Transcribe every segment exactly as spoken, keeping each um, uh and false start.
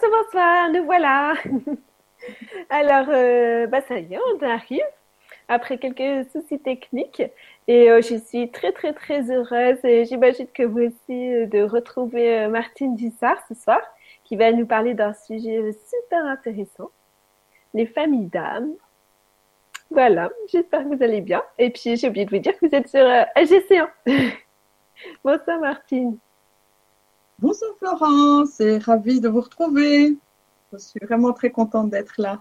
Bonsoir, bonsoir, nous voilà. Alors, euh, bah ça y est, on arrive après quelques soucis techniques et euh, je suis très très très heureuse et j'imagine que vous aussi euh, de retrouver euh, Martine Dussard ce soir qui va nous parler d'un sujet euh, super intéressant, les familles d'âmes. Voilà, j'espère que vous allez bien. Et puis j'ai oublié de vous dire que vous êtes sur euh, L G C un. Bonsoir Martine. Bonsoir Florence, c'est ravie de vous retrouver. Je suis vraiment très contente d'être là.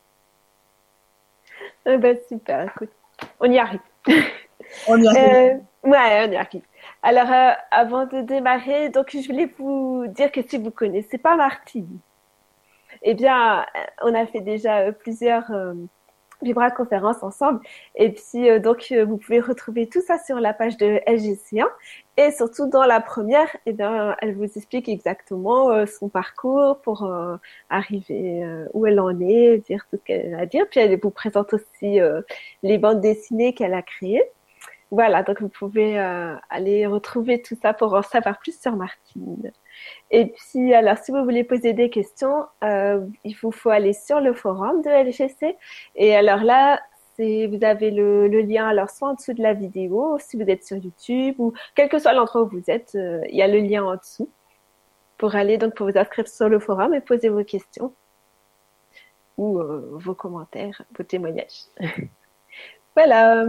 Ah bah super, écoute, on y arrive. On y arrive. Euh, ouais, on y arrive. Alors, euh, avant de démarrer, donc je voulais vous dire que si vous connaissez pas Martine, eh bien, euh, on a fait déjà euh, plusieurs euh, vibra-conférences ensemble. Et puis, euh, donc, euh, vous pouvez retrouver tout ça sur la page de L G C un. Et surtout, dans la première, eh bien, elle vous explique exactement euh, son parcours pour euh, arriver euh, où elle en est, dire tout ce qu'elle a à dire. Puis, elle vous présente aussi euh, les bandes dessinées qu'elle a créées. Voilà, donc vous pouvez euh, aller retrouver tout ça pour en savoir plus sur Martine. Et puis, alors, si vous voulez poser des questions, euh, il vous faut aller sur le forum de L G C. Et alors là, c'est, vous avez le, le lien, alors soit en dessous de la vidéo, si vous êtes sur YouTube, ou quel que soit l'endroit où vous êtes, euh, il y a le lien en dessous pour aller, donc, pour vous inscrire sur le forum et poser vos questions ou euh, vos commentaires, vos témoignages. Voilà.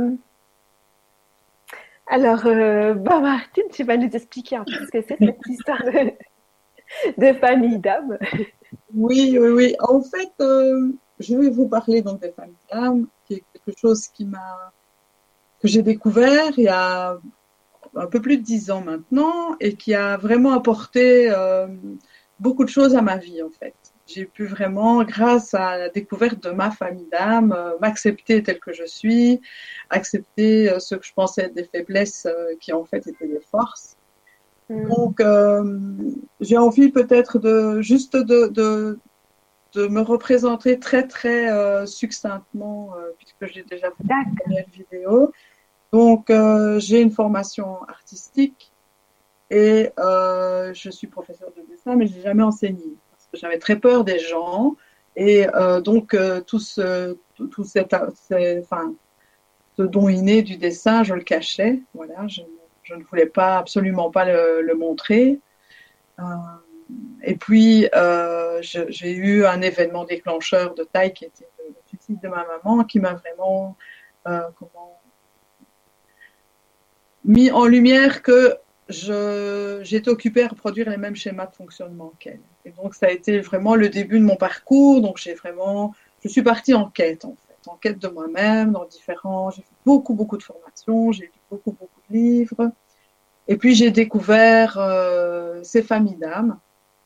Alors, euh, bah Martine, tu vas nous expliquer un peu ce que c'est cette histoire de, de famille d'âmes. Oui, oui, oui. En fait, euh, je vais vous parler donc des familles d'âmes, qui est quelque chose qui m'a, que j'ai découvert il y a un peu plus de dix ans maintenant et qui a vraiment apporté euh, beaucoup de choses à ma vie, en fait. J'ai pu vraiment, grâce à la découverte de ma famille d'âme, euh, m'accepter telle que je suis, accepter euh, ce que je pensais être des faiblesses euh, qui en fait étaient des forces. Hmm. Donc, euh, j'ai envie peut-être de juste de, de, de me représenter très très euh, succinctement, euh, puisque j'ai déjà fait une D'accord. première vidéo. Donc, euh, j'ai une formation artistique et euh, je suis professeure de dessin, mais j'ai jamais enseigné parce que j'avais très peur des gens et euh, donc euh, tout ce tout, tout cet, c'est, enfin, ce don inné du dessin, je le cachais. Voilà, je, je ne voulais pas absolument pas le, le montrer. Euh, et puis, euh, je, j'ai eu un événement déclencheur de taille qui était le, le suicide de ma maman, qui m'a vraiment euh, comment, mis en lumière que je, j'étais occupée à reproduire les mêmes schémas de fonctionnement qu'elle. Et donc, ça a été vraiment le début de mon parcours. Donc, j'ai vraiment, je suis partie en quête, en fait, en quête de moi-même, dans différents, j'ai fait beaucoup, beaucoup de formations, j'ai lu beaucoup, beaucoup de livres. Et puis, j'ai découvert euh, ces familles d'âmes.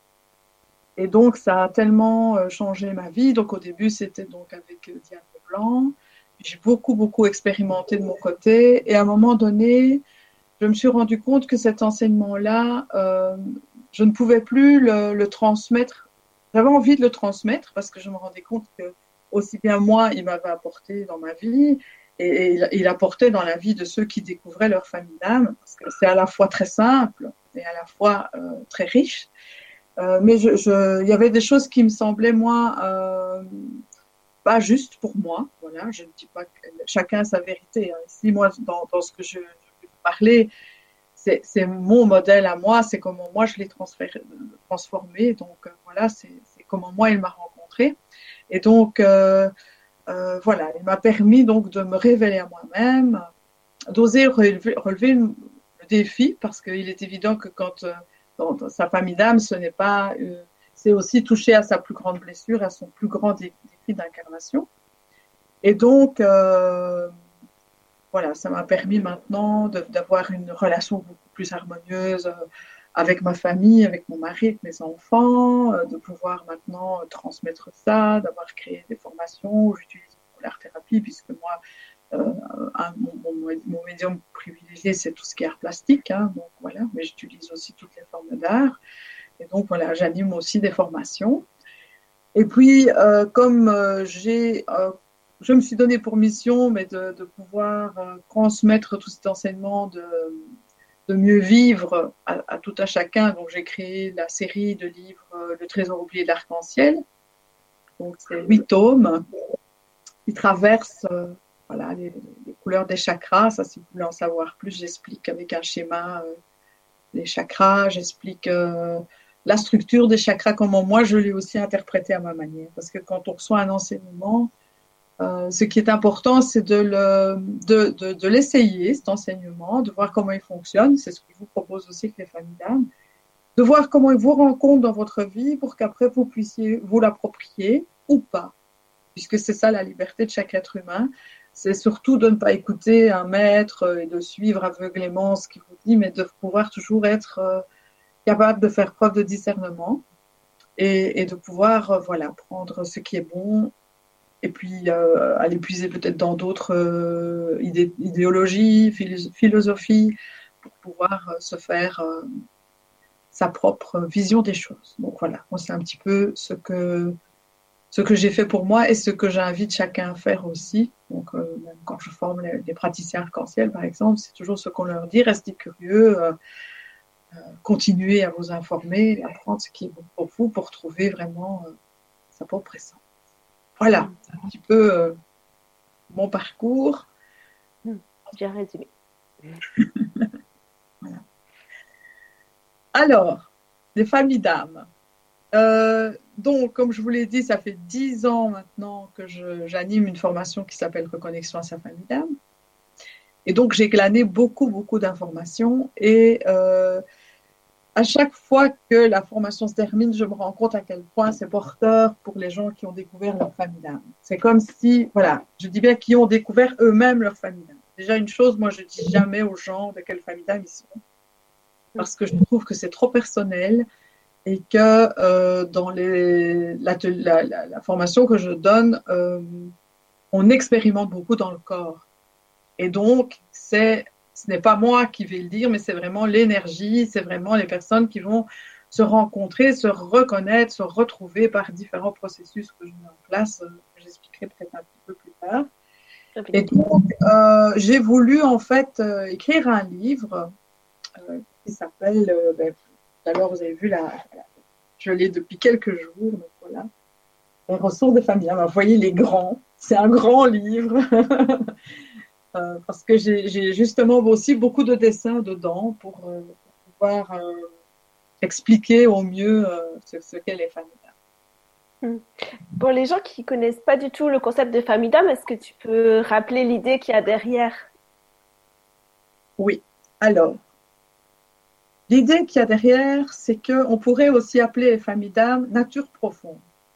Et donc, ça a tellement euh, changé ma vie. Donc, au début, c'était donc avec euh, Diane Leblanc. J'ai beaucoup, beaucoup expérimenté de mon côté. Et à un moment donné, je me suis rendu compte que cet enseignement-là, euh, je ne pouvais plus le, le transmettre. J'avais envie de le transmettre parce que je me rendais compte que aussi bien moi, il m'avait apporté dans ma vie et, et il, il apportait dans la vie de ceux qui découvraient leur famille d'âme, parce que c'est à la fois très simple et à la fois euh, très riche. Euh, mais je, je, il y avait des choses qui me semblaient moi euh, pas justes pour moi. Voilà, je ne dis pas que chacun a sa vérité. Hein. Ici, moi, dans, dans ce que je, je vais vous parler, c'est, c'est mon modèle à moi, c'est comment moi je l'ai transféré, transformé. Donc euh, voilà, c'est, c'est comment moi il m'a rencontré. Et donc euh, euh, voilà, il m'a permis donc de me révéler à moi-même, d'oser relever, relever le défi, parce qu'il est évident que quand euh, dans, dans sa famille d'âme, ce n'est pas, euh, c'est aussi toucher à sa plus grande blessure, à son plus grand défi d'incarnation. Et donc euh, voilà, ça m'a permis maintenant de, d'avoir une relation beaucoup plus harmonieuse euh, avec ma famille, avec mon mari, avec mes enfants, euh, de pouvoir maintenant euh, transmettre ça, d'avoir créé des formations où j'utilise l'art thérapie, puisque moi, euh, un, mon, mon, mon, médium privilégié, c'est tout ce qui est art plastique, hein, donc voilà, mais j'utilise aussi toutes les formes d'art. Et donc voilà, j'anime aussi des formations. Et puis, euh, comme euh, j'ai euh, je me suis donné pour mission, mais de, de pouvoir euh, transmettre tout cet enseignement de, de mieux vivre à, à tout à chacun. Donc, j'ai créé la série de livres euh, Le Trésor oublié de l'arc-en-ciel. Donc, c'est huit tomes qui traversent euh, voilà, les, les couleurs des chakras. Ça, si vous voulez en savoir plus, j'explique avec un schéma euh, les chakras, j'explique euh, la structure des chakras, comment moi je l'ai aussi interprété à ma manière. Parce que quand on reçoit un enseignement, euh, ce qui est important, c'est de, le, de, de, de l'essayer, cet enseignement, de voir comment il fonctionne. C'est ce que je vous propose aussi avec les familles d'âme. De voir comment il vous rencontre dans votre vie pour qu'après vous puissiez vous l'approprier ou pas. Puisque c'est ça la liberté de chaque être humain. C'est surtout de ne pas écouter un maître et de suivre aveuglément ce qu'il vous dit, mais de pouvoir toujours être euh, capable de faire preuve de discernement et, et de pouvoir euh, voilà, prendre ce qui est bon et puis euh, aller puiser peut-être dans d'autres euh, idé- idéologies, philo- philosophies, pour pouvoir euh, se faire euh, sa propre vision des choses. Donc voilà, moi c'est un petit peu ce que ce que j'ai fait pour moi et ce que j'invite chacun à faire aussi. Donc, euh, même quand je forme les, les praticiens arc-en-ciel, par exemple, c'est toujours ce qu'on leur dit, restez curieux, euh, euh, continuez à vous informer, apprendre ce qui est bon pour vous pour trouver vraiment euh, sa propre essence. Voilà, c'est un petit peu euh, mon parcours. Bien résumé. Voilà. Alors, les familles d'âmes. Euh, donc, comme je vous l'ai dit, ça fait dix ans maintenant que je, j'anime une formation qui s'appelle Reconnexion à sa famille d'âme. Et donc, j'ai glané beaucoup, beaucoup d'informations. Et euh, à chaque fois que la formation se termine, je me rends compte à quel point c'est porteur pour les gens qui ont découvert leur famille d'âme. C'est comme si, voilà, je dis bien qui ont découvert eux-mêmes leur famille d'âme. Déjà, une chose, moi, je dis jamais aux gens de quelle famille d'âme ils sont. Parce que je trouve que c'est trop personnel. Et que euh, dans les, la, la, la, la formation que je donne, euh, on expérimente beaucoup dans le corps. Et donc, c'est, ce n'est pas moi qui vais le dire, mais c'est vraiment l'énergie, c'est vraiment les personnes qui vont se rencontrer, se reconnaître, se retrouver par différents processus que je mets en place, euh, que j'expliquerai peut-être un petit peu plus tard. Et donc, euh, j'ai voulu en fait euh, écrire un livre euh, qui s'appelle... Euh, ben, alors, vous avez vu, la, la, je l'ai depuis quelques jours, donc voilà. Les ressources de famille. Vous voyez, les grands. C'est un grand livre. euh, parce que j'ai, j'ai justement aussi beaucoup de dessins dedans pour, euh, pour pouvoir euh, expliquer au mieux euh, ce, ce qu'est les familles d'âme. Pour les gens qui ne connaissent pas du tout le concept de famille d'âme, est-ce que tu peux rappeler l'idée qu'il y a derrière? Oui. Alors, l'idée qu'il y a derrière, c'est qu'on pourrait aussi appeler les familles d'âme nature profonde.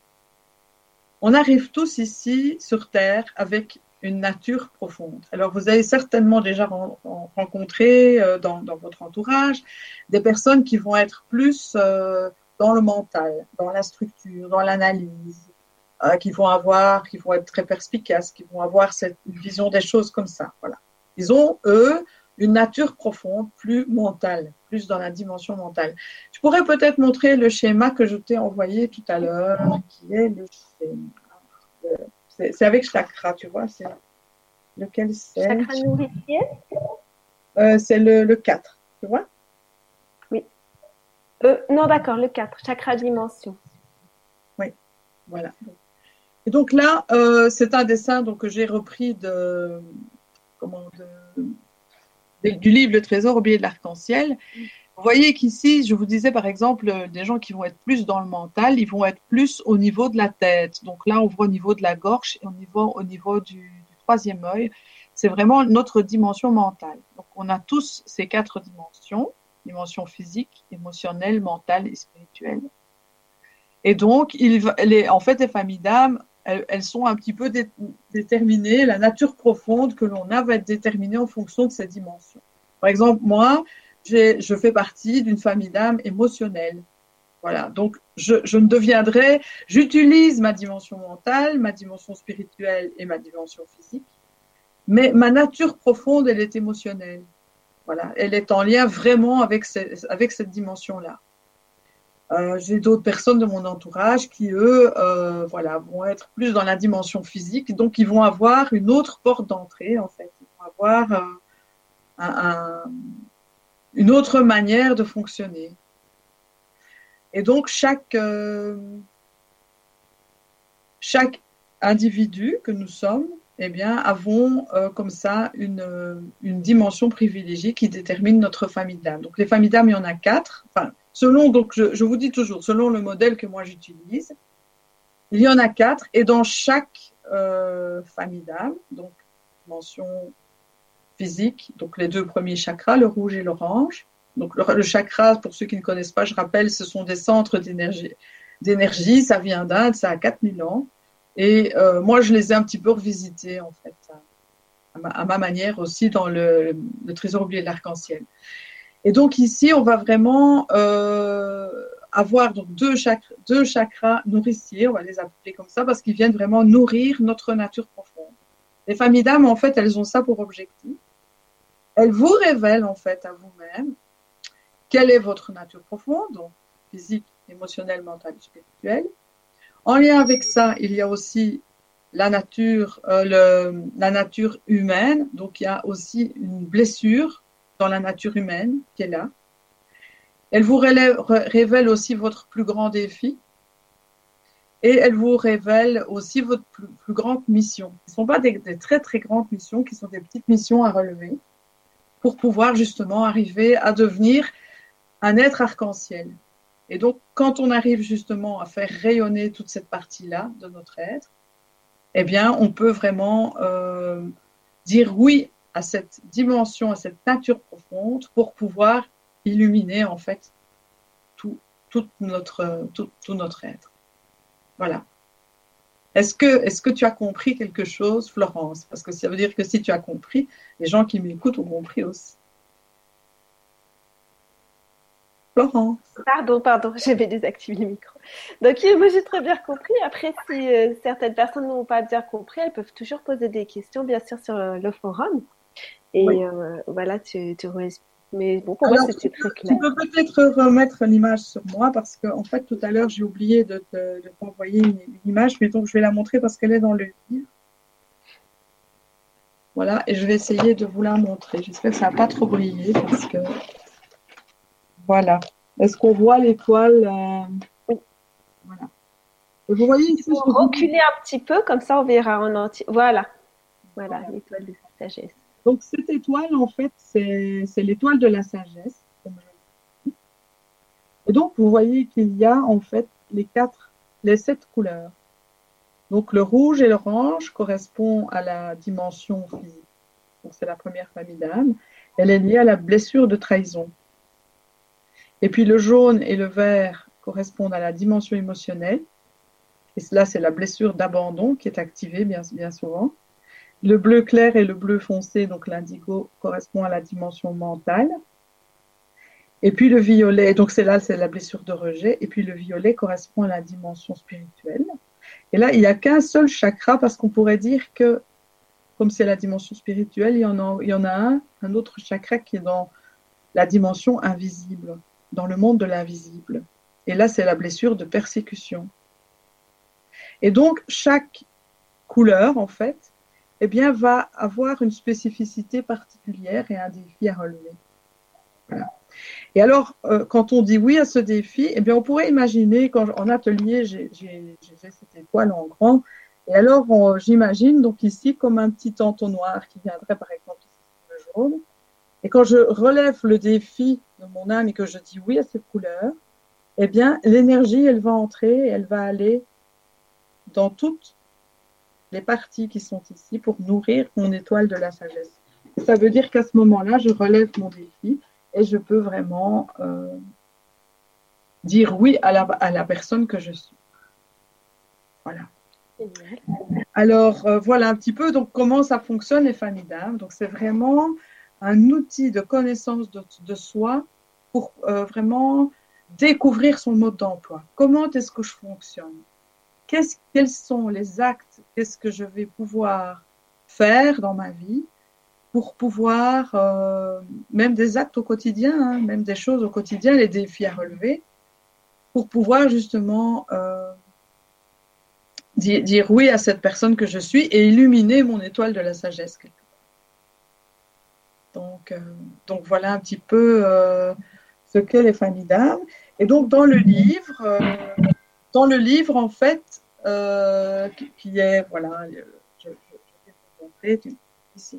On arrive tous ici sur Terre avec une nature profonde. Alors, vous avez certainement déjà rencontré euh, dans, dans votre entourage des personnes qui vont être plus euh, dans le mental, dans la structure, dans l'analyse, euh, qui vont avoir, qui vont être très perspicaces, qui vont avoir cette vision des choses comme ça. Voilà. Ils ont, eux, une nature profonde, plus mentale, plus dans la dimension mentale. Je pourrais peut-être montrer le schéma que je t'ai envoyé tout à l'heure, qui est le schéma. C'est, c'est avec chakra, tu vois, c'est lequel c'est? Chakra nourricier euh, C'est le, le quatre, tu vois? Oui. Euh, non, d'accord, le quatre, chakra dimension. Oui, voilà. Et donc là, euh, c'est un dessin donc, que j'ai repris de, comment, de, du livre Le Trésor oublié de l'arc-en-ciel. Vous voyez qu'ici, je vous disais par exemple, des gens qui vont être plus dans le mental, ils vont être plus au niveau de la tête. Donc là, on voit au niveau de la gorge et au niveau, au niveau du, du troisième œil. C'est vraiment notre dimension mentale. Donc on a tous ces quatre dimensions, dimension physique, émotionnelle, mentale et spirituelle. Et donc, il, les, en fait, les familles d'âme, elles, elles sont un petit peu dé, déterminées. La nature profonde que l'on a va être déterminée en fonction de ces dimensions. Par exemple, moi, j'ai, je fais partie d'une famille d'âme émotionnelle. Voilà. Donc, je, je ne deviendrai, j'utilise ma dimension mentale, ma dimension spirituelle et ma dimension physique. Mais ma nature profonde, elle est émotionnelle. Voilà. Elle est en lien vraiment avec, ces, avec cette dimension-là. Euh, j'ai d'autres personnes de mon entourage qui, eux, euh, voilà, vont être plus dans la dimension physique, donc ils vont avoir une autre porte d'entrée, en fait. Ils vont avoir euh, un, un, une autre manière de fonctionner. Et donc, chaque, euh, chaque individu que nous sommes, eh bien, avons euh, comme ça une, une dimension privilégiée qui détermine notre famille d'âme. Donc, les familles d'âme, il y en a quatre. Enfin, selon, donc, je, je vous dis toujours, selon le modèle que moi j'utilise, il y en a quatre. Et dans chaque euh, famille d'âme, donc, dimension physique, donc les deux premiers chakras, le rouge et l'orange. Donc, le, le chakra, pour ceux qui ne connaissent pas, je rappelle, ce sont des centres d'énergie. d'énergie. Ça vient d'Inde, ça a quatre mille ans. Et euh, moi, je les ai un petit peu revisités, en fait, à ma, à ma manière aussi, dans le, le trésor oublié de l'arc-en-ciel. Et donc, ici, on va vraiment euh, avoir donc, deux, chakras, deux chakras nourriciers, on va les appeler comme ça, parce qu'ils viennent vraiment nourrir notre nature profonde. Les familles d'âme, en fait, elles ont ça pour objectif. Elles vous révèlent, en fait, à vous-même, quelle est votre nature profonde, donc physique, émotionnelle, mentale, spirituelle. En lien avec ça, il y a aussi la nature, euh, le, la nature humaine. Donc, il y a aussi une blessure dans la nature humaine qui est là. Elle vous relève, révèle aussi votre plus grand défi. Et elle vous révèle aussi votre plus, plus grande mission. Ce ne sont pas des, des très, très grandes missions, qui sont des petites missions à relever pour pouvoir justement arriver à devenir un être arc-en-ciel. Et donc, quand on arrive justement à faire rayonner toute cette partie-là de notre être, eh bien, on peut vraiment euh, dire oui à cette dimension, à cette nature profonde pour pouvoir illuminer, en fait, tout, tout, notre, tout, tout notre être. Voilà. Est-ce que, est-ce que tu as compris quelque chose, Florence? Parce que ça veut dire que si tu as compris, les gens qui m'écoutent ont compris aussi. Florence. Pardon, pardon, j'avais désactivé le micro. Donc, euh, moi, j'ai très bien compris. Après, si euh, certaines personnes n'ont pas bien compris, elles peuvent toujours poser des questions, bien sûr, sur le, le forum. Et Oui. euh, voilà, tu, tu re... Mais bon, pour Alors, moi, c'était très clair. Tu peux peut-être remettre l'image sur moi parce qu'en en fait, tout à l'heure, j'ai oublié de, te, de t'envoyer une, une image, mais donc je vais la montrer parce qu'elle est dans le livre. Voilà, et je vais essayer de vous la montrer. J'espère que ça n'a pas trop brillé parce que... Voilà. Est-ce qu'on voit l'étoile euh... Oui. Voilà. Et vous voyez ici, il faut reculer un petit peu, comme ça on verra en entier. Voilà, voilà, voilà. L'étoile de la sagesse. Donc cette étoile, en fait, c'est, c'est l'étoile de la sagesse. Comme je dis. Et donc vous voyez qu'il y a en fait les quatre, les sept couleurs. Donc le rouge et l'orange correspondent à la dimension physique. Donc c'est la première famille d'âme. Elle est liée à la blessure de trahison. Et puis le jaune et le vert correspondent à la dimension émotionnelle. Et là, c'est la blessure d'abandon qui est activée bien, bien souvent. Le bleu clair et le bleu foncé, donc l'indigo, correspond à la dimension mentale. Et puis le violet, donc c'est là, c'est la blessure de rejet. Et puis le violet correspond à la dimension spirituelle. Et là, il n'y a qu'un seul chakra parce qu'on pourrait dire que, comme c'est la dimension spirituelle, il y en a, il y en a un, un autre chakra qui est dans la dimension invisible, dans le monde de l'invisible. Et là, c'est la blessure de persécution. Et donc, chaque couleur, en fait, eh bien, va avoir une spécificité particulière et un défi à relever. Voilà. Et alors, euh, quand on dit oui à ce défi, eh bien, on pourrait imaginer, quand en atelier, j'ai, j'ai, j'ai cette étoile en grand, et alors, on, j'imagine, donc ici, comme un petit entonnoir qui viendrait, par exemple, ici, le jaune. Et quand je relève le défi de mon âme et que je dis oui à cette couleur, eh bien, l'énergie, elle va entrer et elle va aller dans toutes les parties qui sont ici pour nourrir mon étoile de la sagesse. Et ça veut dire qu'à ce moment-là, je relève mon défi et je peux vraiment euh, dire oui à la, à la personne que je suis. Voilà. Alors, euh, voilà un petit peu donc, comment ça fonctionne les familles d'âme. Donc, c'est vraiment un outil de connaissance de, de soi pour euh, vraiment découvrir son mode d'emploi. Comment est-ce que je fonctionne? Qu'est-ce, quels sont les actes, qu'est-ce que je vais pouvoir faire dans ma vie pour pouvoir, euh, même des actes au quotidien, hein, même des choses au quotidien, les défis à relever, pour pouvoir justement euh, dire, dire oui à cette personne que je suis et illuminer mon étoile de la sagesse. Donc, euh, donc voilà un petit peu euh, ce qu'est les familles d'âmes. Et donc dans le livre, euh, dans le livre en fait, euh, qui, qui est voilà, je, je, je vais vous montrer ici.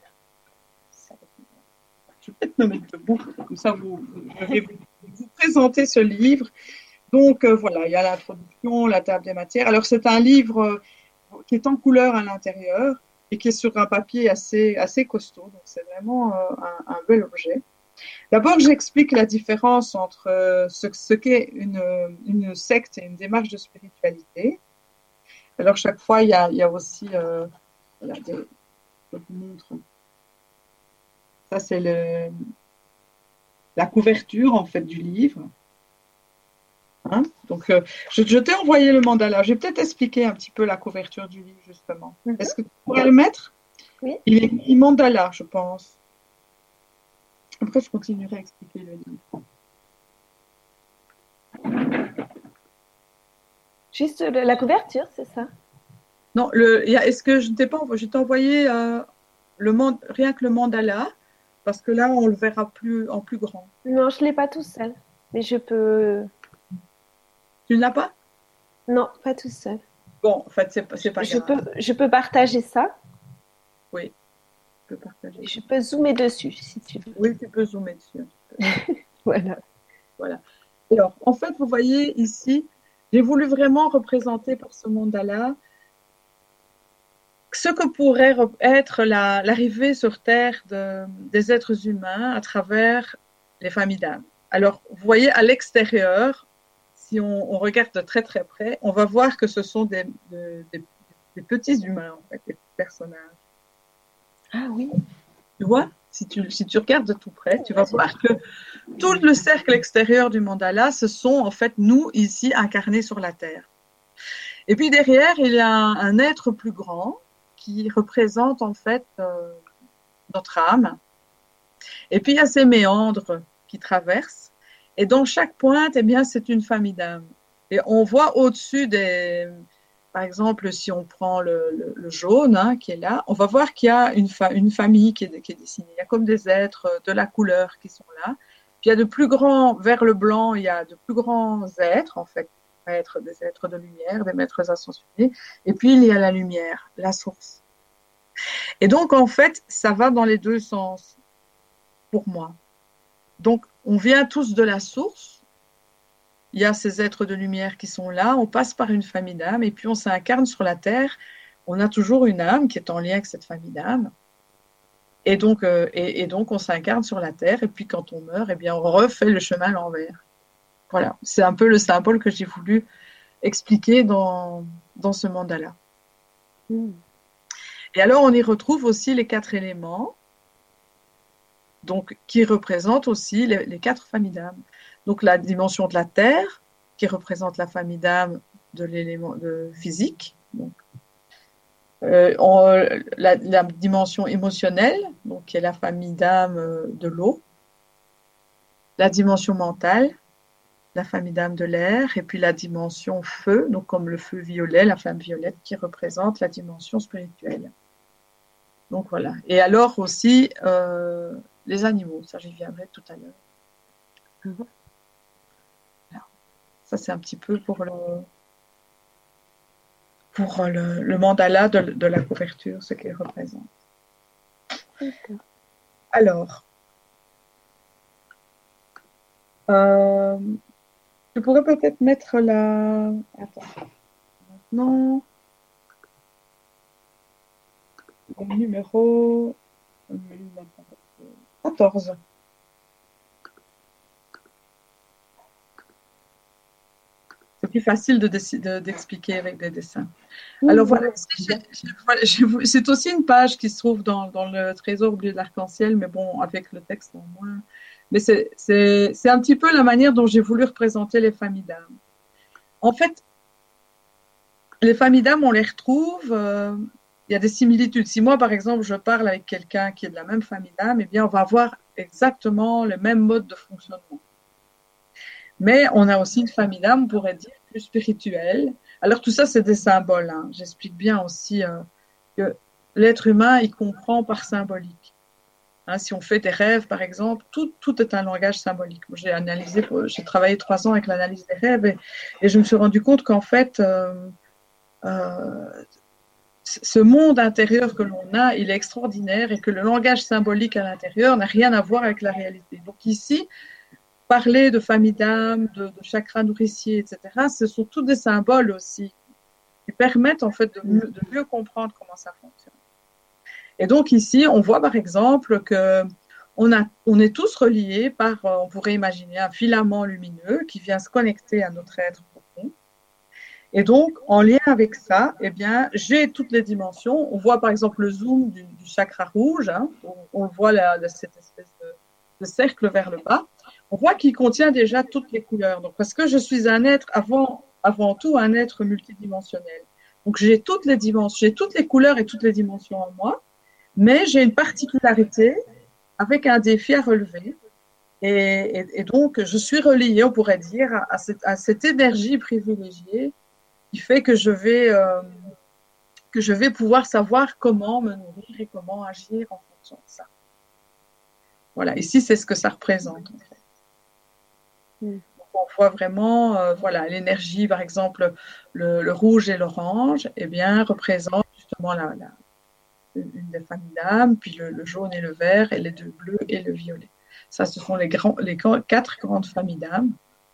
Je vais peut-être me mettre debout, comme ça vous, je vais vous, vous présenter ce livre. Donc euh, voilà, il y a l'introduction, la table des matières. Alors c'est un livre euh, qui est en couleur à l'intérieur et qui est sur un papier assez, assez costaud. Donc c'est vraiment euh, un, un bel objet. D'abord, j'explique la différence entre euh, ce, ce qu'est une, une secte et une démarche de spiritualité. Alors chaque fois, il y a, il y a aussi, euh, voilà, des, je vous montre. Ça c'est le, la couverture en fait du livre. Hein? Donc, euh, je, je t'ai envoyé le mandala. Je vais peut-être expliquer un petit peu la couverture du livre, justement. Mm-hmm. Est-ce que tu pourrais le mettre? Oui. Il est il mandala, je pense. Après, je continuerai à expliquer le livre. Juste le, la couverture, c'est ça? Non, le, est-ce que je t'ai pas envoyé, je t'ai envoyé euh, le mand, rien que le mandala, parce que là, on le verra plus en plus grand. Non, je ne l'ai pas tout seul, mais je peux... Tu ne l'as pas? Non, pas tout seul. Bon, en fait, c'est, c'est pas je grave. Peux, je peux partager ça. Oui, je peux partager. Je peux zoomer dessus, si tu veux. Oui, tu peux zoomer dessus. Voilà. Voilà. Alors, en fait, vous voyez ici, j'ai voulu vraiment représenter par ce mandala ce que pourrait être la, l'arrivée sur Terre de, des êtres humains à travers les familles d'âmes. Alors, vous voyez, à l'extérieur, si on, on regarde de très très près, on va voir que ce sont des, de, des, des petits humains, en fait, des personnages. Ah oui. Tu vois, si tu, si tu regardes de tout près, tu vas voir que tout le cercle extérieur du mandala, ce sont en fait nous ici incarnés sur la Terre. Et puis derrière, il y a un, un être plus grand qui représente en fait euh, notre âme. Et puis il y a ces méandres qui traversent. Et dans chaque pointe, eh bien, c'est une famille d'âmes. Et on voit au-dessus des, par exemple, si on prend le, le, le jaune hein, qui est là, on va voir qu'il y a une, fa- une famille qui est, qui est dessinée. Il y a comme des êtres de la couleur qui sont là. Puis il y a de plus grands, vers le blanc, il y a de plus grands êtres, en fait, maîtres, des êtres de lumière, des maîtres ascensionnés. Et puis il y a la lumière, la source. Et donc, en fait, ça va dans les deux sens pour moi. Donc, on vient tous de la source. Il y a ces êtres de lumière qui sont là. On passe par une famille d'âmes et puis on s'incarne sur la terre. On a toujours une âme qui est en lien avec cette famille d'âmes. Et donc, euh, et, et donc, on s'incarne sur la terre. Et puis, quand on meurt, eh bien, on refait le chemin à l'envers. Voilà. C'est un peu le symbole que j'ai voulu expliquer dans, dans ce mandala. Mm. Et alors, on y retrouve aussi les quatre éléments. Donc, qui représente aussi les, les quatre familles d'âmes. Donc, la dimension de la terre, qui représente la famille d'âme de l'élément de physique. Donc, euh, on, la, la dimension émotionnelle, donc qui est la famille d'âme de l'eau. La dimension mentale, la famille d'âme de l'air. Et puis la dimension feu, donc comme le feu violet, la flamme violette, qui représente la dimension spirituelle. Donc, voilà. Et alors aussi... Euh, les animaux, ça j'y viendrai tout à l'heure. Mmh. Alors, ça c'est un petit peu pour le, pour le, le mandala de, de la couverture, ce qu'il représente. Okay. Alors, euh, je pourrais peut-être mettre la... Attends. Maintenant, le numéro... quatorze. C'est plus facile de de, d'expliquer avec des dessins. Mmh. Alors voilà, j'ai, j'ai, c'est aussi une page qui se trouve dans, dans le trésor oublié de l'arc-en-ciel, mais bon, avec le texte en moins. Mais c'est, c'est, c'est un petit peu la manière dont j'ai voulu représenter les familles d'âmes. En fait, les familles d'âmes, on les retrouve... Euh, il y a des similitudes. Si moi, par exemple, je parle avec quelqu'un qui est de la même famille d'âme, eh bien, on va avoir exactement le même mode de fonctionnement. Mais on a aussi une famille d'âme, on pourrait dire, plus spirituelle. Alors, tout ça, c'est des symboles. Hein. J'explique bien aussi euh, que l'être humain, il comprend par symbolique. Hein, si on fait des rêves, par exemple, tout, tout est un langage symbolique. J'ai analysé, j'ai travaillé trois ans avec l'analyse des rêves et, et je me suis rendu compte qu'en fait, euh, euh, ce monde intérieur que l'on a, il est extraordinaire et que le langage symbolique à l'intérieur n'a rien à voir avec la réalité. Donc ici, parler de famille d'âme, de, de chakra nourricier, et cetera, ce sont tous des symboles aussi qui permettent en fait de mieux, de mieux comprendre comment ça fonctionne. Et donc ici, on voit par exemple que on, a, on est tous reliés par, on pourrait imaginer un filament lumineux qui vient se connecter à notre être profond. Et donc, en lien avec ça, eh bien, j'ai toutes les dimensions. On voit par exemple le zoom du, du chakra rouge, hein, on, on voit la, la, cette espèce de, de cercle vers le bas. On voit qu'il contient déjà toutes les couleurs. Donc, parce que je suis un être, avant, avant tout, un être multidimensionnel. Donc, j'ai toutes les dimensions, j'ai toutes les couleurs et toutes les dimensions en moi, mais j'ai une particularité avec un défi à relever. Et, et, et donc, je suis reliée, on pourrait dire, à, à, cette, à cette énergie privilégiée qui fait que je vais, euh, que je vais pouvoir savoir comment me nourrir et comment agir en fonction de ça. Voilà, ici, c'est ce que ça représente, en fait. Mm. Donc, on voit vraiment, euh, voilà, l'énergie, par exemple, le, le rouge et l'orange, eh bien, représentent justement la, la, une des familles d'âmes, puis le, le jaune et le vert, et les deux bleus et le violet. Ça, ce sont les, grands, les quatre grandes familles d'âmes.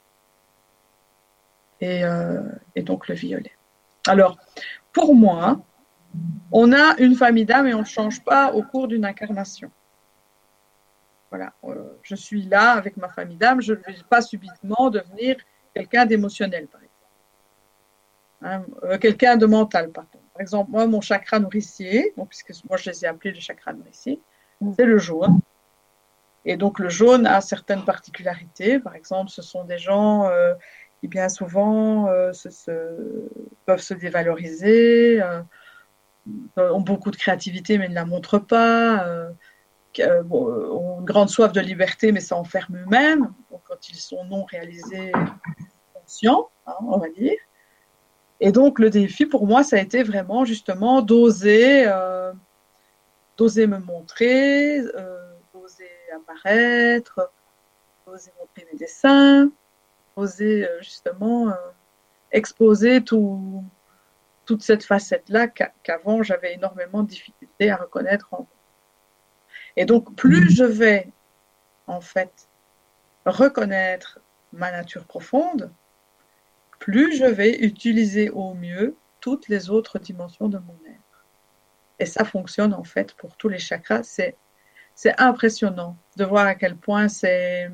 Et, euh, et donc le violet. Alors, pour moi, on a une famille d'âmes et on ne change pas au cours d'une incarnation. Voilà, euh, je suis là avec ma famille d'âmes, je ne vais pas subitement devenir quelqu'un d'émotionnel, par exemple. Hein, euh, quelqu'un de mental, pardon. Par exemple, moi, mon chakra nourricier, donc, puisque moi je les ai appelés le chakra nourricier, c'est le jaune. Et donc le jaune a certaines particularités. Par exemple, ce sont des gens euh, qui bien souvent euh, se, se, peuvent se dévaloriser, euh, ont beaucoup de créativité mais ne la montrent pas, euh, euh, bon, ont une grande soif de liberté mais s'enferment eux-mêmes quand ils sont non réalisés, conscients, hein, on va dire. Et donc le défi pour moi, ça a été vraiment justement d'oser, euh, d'oser me montrer, euh, d'oser apparaître, d'oser montrer mes dessins, oser justement euh, exposer tout, toute cette facette-là qu'avant j'avais énormément de difficultés à reconnaître en moi. Et donc plus je vais en fait reconnaître ma nature profonde, plus je vais utiliser au mieux toutes les autres dimensions de mon être. Et ça fonctionne en fait pour tous les chakras. C'est, c'est impressionnant de voir à quel point c'est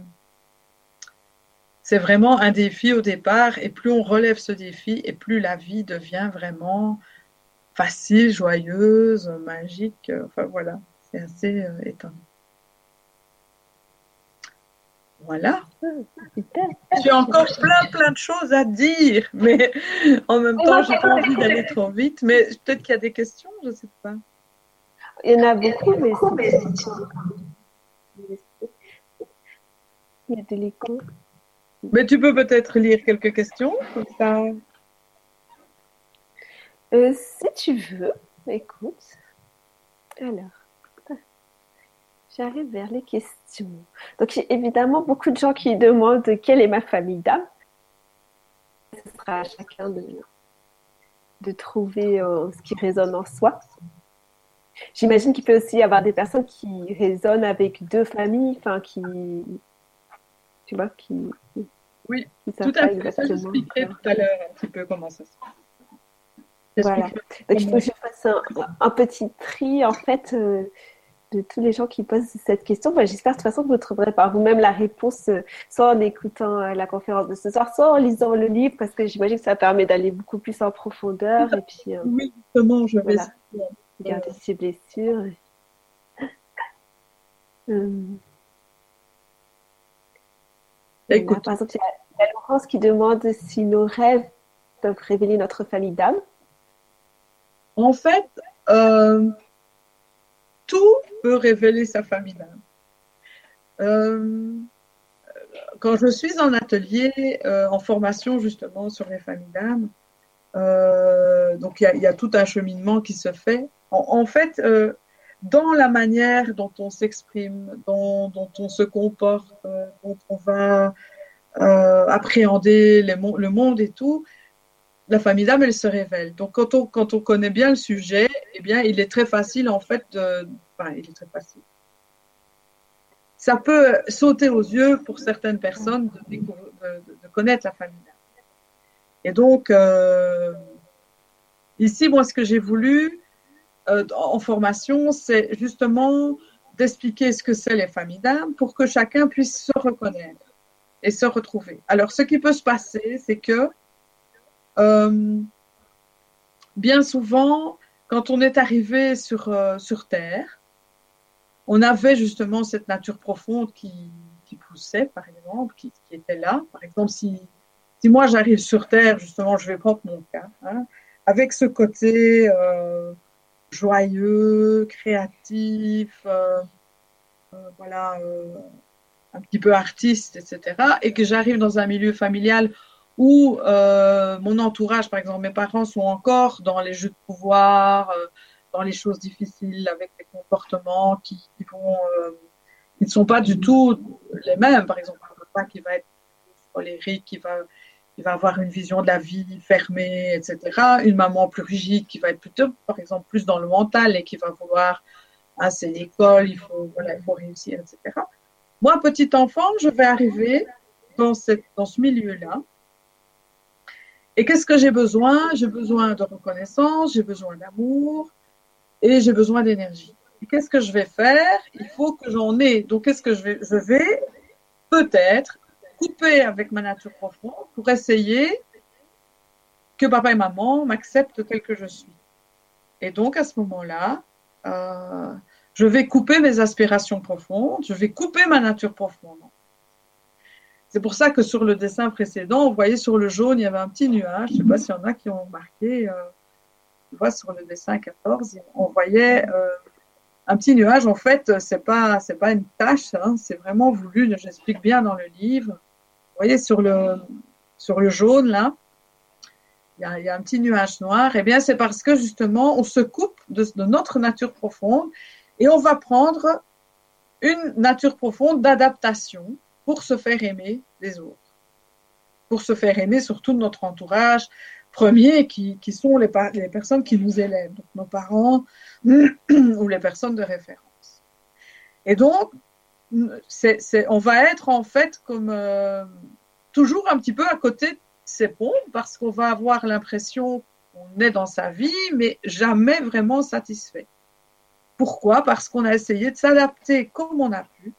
C'est vraiment un défi au départ, et plus on relève ce défi, et plus la vie devient vraiment facile, joyeuse, magique. Enfin voilà, c'est assez euh, étonnant. Voilà. J'ai encore plein, plein de choses à dire, mais en même temps, j'ai pas envie d'aller trop vite. Mais peut-être qu'il y a des questions, je ne sais pas. Il y en a beaucoup, mais il y a de l'écho. Mais tu peux peut-être lire quelques questions, comme ça. Euh, si tu veux, écoute. Alors, j'arrive vers les questions. Donc, il y a évidemment beaucoup de gens qui demandent quelle est ma famille d'âme. Ce sera à chacun de, de trouver euh, ce qui résonne en soi. J'imagine qu'il peut aussi y avoir des personnes qui résonnent avec deux familles, enfin, qui. Tu vois, qui. Oui, qui tout à fait. Ça, j'expliquerai tout à l'heure un petit peu comment ça se fait. Voilà. Donc, il faut que je fasse un, un petit tri, en fait, euh, de tous les gens qui posent cette question. Ben, j'espère de toute façon que vous trouverez par vous-même la réponse, euh, soit en écoutant euh, la conférence de ce soir, soit en lisant le livre, parce que j'imagine que ça permet d'aller beaucoup plus en profondeur. Et puis, euh, oui, justement, je vais voilà, garder ses blessures. Hum. Écoute. Par exemple, il y, y a Laurence qui demande si nos rêves peuvent révéler notre famille d'âme. En fait, euh, tout peut révéler sa famille d'âme. Euh, quand je suis en atelier, euh, en formation justement sur les familles d'âme, euh, donc il y, y a tout un cheminement qui se fait. En, en fait, euh, dans la manière dont on s'exprime, dont, dont on se comporte, euh, dont on va euh, appréhender les mon- le monde et tout, la famille d'âme, elle se révèle. Donc, quand on, quand on connaît bien le sujet, eh bien, il est très facile, en fait, de, enfin, il est très facile. Ça peut sauter aux yeux pour certaines personnes de, découvrir, de, de connaître la famille d'âme. Et donc, euh, ici, moi, ce que j'ai voulu euh, en formation, c'est justement d'expliquer ce que c'est les familles d'âme pour que chacun puisse se reconnaître et se retrouver. Alors, ce qui peut se passer, c'est que euh, bien souvent, quand on est arrivé sur, euh, sur Terre, on avait justement cette nature profonde qui, qui poussait, par exemple, qui, qui était là. Par exemple, si, si moi j'arrive sur Terre, justement, je vais prendre mon cas, hein, avec ce côté euh, joyeux, créatif, euh, euh, voilà, euh, un petit peu artiste, et cetera, et que j'arrive dans un milieu familial où euh, mon entourage, par exemple, mes parents sont encore dans les jeux de pouvoir, euh, dans les choses difficiles, avec des comportements qui, qui vont, euh, qui ne sont pas du tout les mêmes. Par exemple, un papa qui va être colérique, qui va, qui va avoir une vision de la vie fermée, et cetera. Une maman plus rigide qui va être plutôt, par exemple, plus dans le mental et qui va vouloir, ah, c'est l'école, il faut, voilà, il faut réussir, et cetera. Moi, petit enfant, je vais arriver dans, cette, dans ce milieu-là. Et qu'est-ce que j'ai besoin? J'ai besoin de reconnaissance, j'ai besoin d'amour et j'ai besoin d'énergie. Et qu'est-ce que je vais faire? Il faut que j'en ai. Donc, qu'est-ce que je vais? Je vais peut-être couper avec ma nature profonde pour essayer que papa et maman m'acceptent tel que je suis. Et donc, à ce moment-là, euh, je vais couper mes aspirations profondes, je vais couper ma nature profonde. C'est pour ça que sur le dessin précédent, vous voyez sur le jaune, il y avait un petit nuage. Je ne sais pas s'il y en a qui ont remarqué. Euh, tu vois, sur le dessin quatorze, on voyait euh, un petit nuage. En fait, c'est pas, c'est pas une tache, hein, c'est vraiment voulu. J'explique bien dans le livre. Vous voyez sur le, sur le jaune, là, il y a, il y a un petit nuage noir. Eh bien, c'est parce que justement, on se coupe de, de notre nature profonde et on va prendre une nature profonde d'adaptation pour se faire aimer des autres, pour se faire aimer surtout de notre entourage premier qui, qui sont les, les personnes qui nous élèvent, donc nos parents ou les personnes de référence. Et donc, c'est, c'est, on va être en fait comme euh, toujours un petit peu à côté de ces pompes parce qu'on va avoir l'impression qu'on est dans sa vie, mais jamais vraiment satisfait. Pourquoi? Parce qu'on a essayé de s'adapter comme on a pu,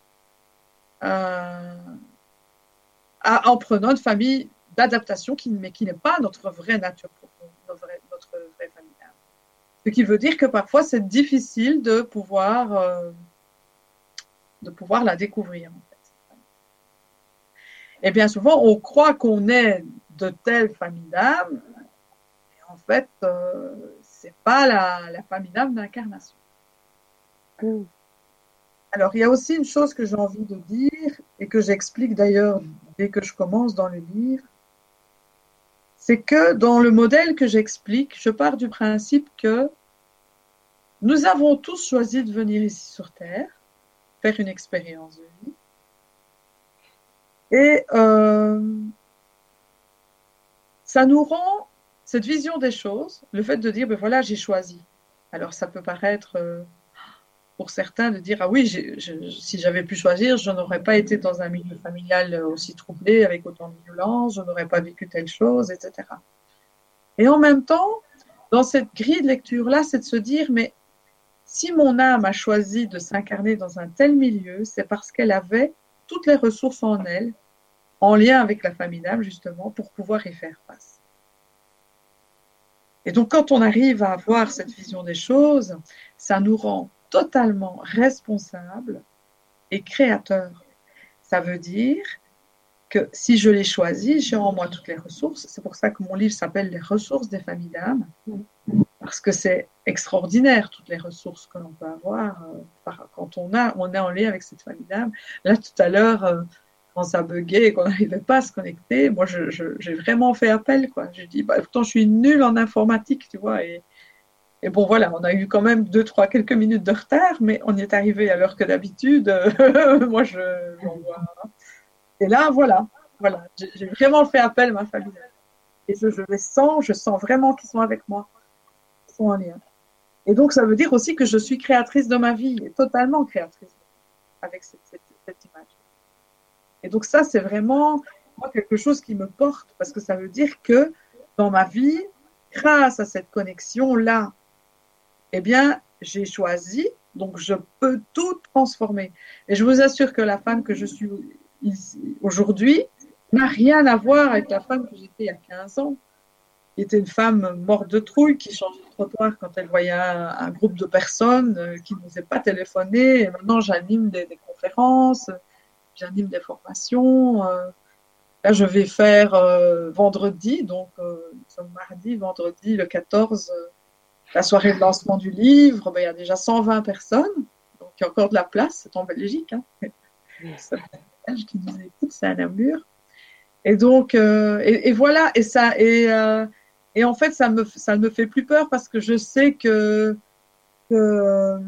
Euh, à, en prenant une famille d'adaptation qui, mais qui n'est pas notre vraie nature profonde, notre vraie, notre vraie famille d'âme. Ce qui veut dire que parfois c'est difficile de pouvoir, euh, de pouvoir la découvrir. En fait. Et bien souvent on croit qu'on est de telle famille d'âme, et en fait euh, c'est pas la, la famille d'âme d'incarnation. Mmh. Alors, il y a aussi une chose que j'ai envie de dire et que j'explique d'ailleurs dès que je commence dans le livre, c'est que dans le modèle que j'explique, je pars du principe que nous avons tous choisi de venir ici sur Terre, faire une expérience de vie. Et euh, ça nous rend cette vision des choses, le fait de dire, ben voilà, j'ai choisi. Alors, ça peut paraître... Euh, pour certains de dire ah oui, j'ai, je, si j'avais pu choisir, je n'aurais pas été dans un milieu familial aussi troublé, avec autant de violence, je n'aurais pas vécu telle chose, et cetera. Et en même temps, dans cette grille de lecture-là, c'est de se dire mais si mon âme a choisi de s'incarner dans un tel milieu, c'est parce qu'elle avait toutes les ressources en elle, en lien avec la famille d'âme, justement, pour pouvoir y faire face. Et donc, quand on arrive à avoir cette vision des choses, ça nous rend totalement responsable et créateur. Ça veut dire que si je l'ai choisi, j'ai en moi toutes les ressources. C'est pour ça que mon livre s'appelle Les ressources des familles d'âme, parce que c'est extraordinaire toutes les ressources que l'on peut avoir euh, quand on, a, on est en lien avec cette famille d'âme. Là, tout à l'heure, euh, quand ça buguait et qu'on n'arrivait pas à se connecter, moi, je, je, j'ai vraiment fait appel, quoi. J'ai dit, bah, pourtant, je suis nulle en informatique, tu vois, et Et bon, voilà, on a eu quand même deux, trois, quelques minutes de retard, mais on y est arrivé à l'heure que d'habitude. Moi, je, j'en vois. Et là, voilà, voilà, j'ai, j'ai vraiment fait appel à ma famille. Et je, je les sens, je sens vraiment qu'ils sont avec moi, qu'ils sont en lien. Et donc, ça veut dire aussi que je suis créatrice de ma vie, et totalement créatrice avec cette, cette, cette image. Et donc, ça, c'est vraiment moi, quelque chose qui me porte, parce que ça veut dire que dans ma vie, grâce à cette connexion-là, eh bien, j'ai choisi, donc je peux tout transformer. Et je vous assure que la femme que je suis ici, aujourd'hui n'a rien à voir avec la femme que j'étais il y a quinze ans. Qui était une femme morte de trouille qui changeait de trottoir quand elle voyait un, un groupe de personnes, euh, qui n'osait pas téléphoner. Et maintenant, j'anime des, des conférences, j'anime des formations. Euh, là, je vais faire euh, vendredi, donc euh, nous sommes mardi, vendredi, le quatorze, euh, la soirée de lancement du livre. Ben, il y a déjà cent vingt personnes, donc il y a encore de la place. C'est en Belgique. Hein. C'est un Belge qui nous écoute, c'est à Namur. Et donc, euh, et, et voilà, et ça, et, euh, et en fait, ça me, ça ne me fait plus peur parce que je sais que, que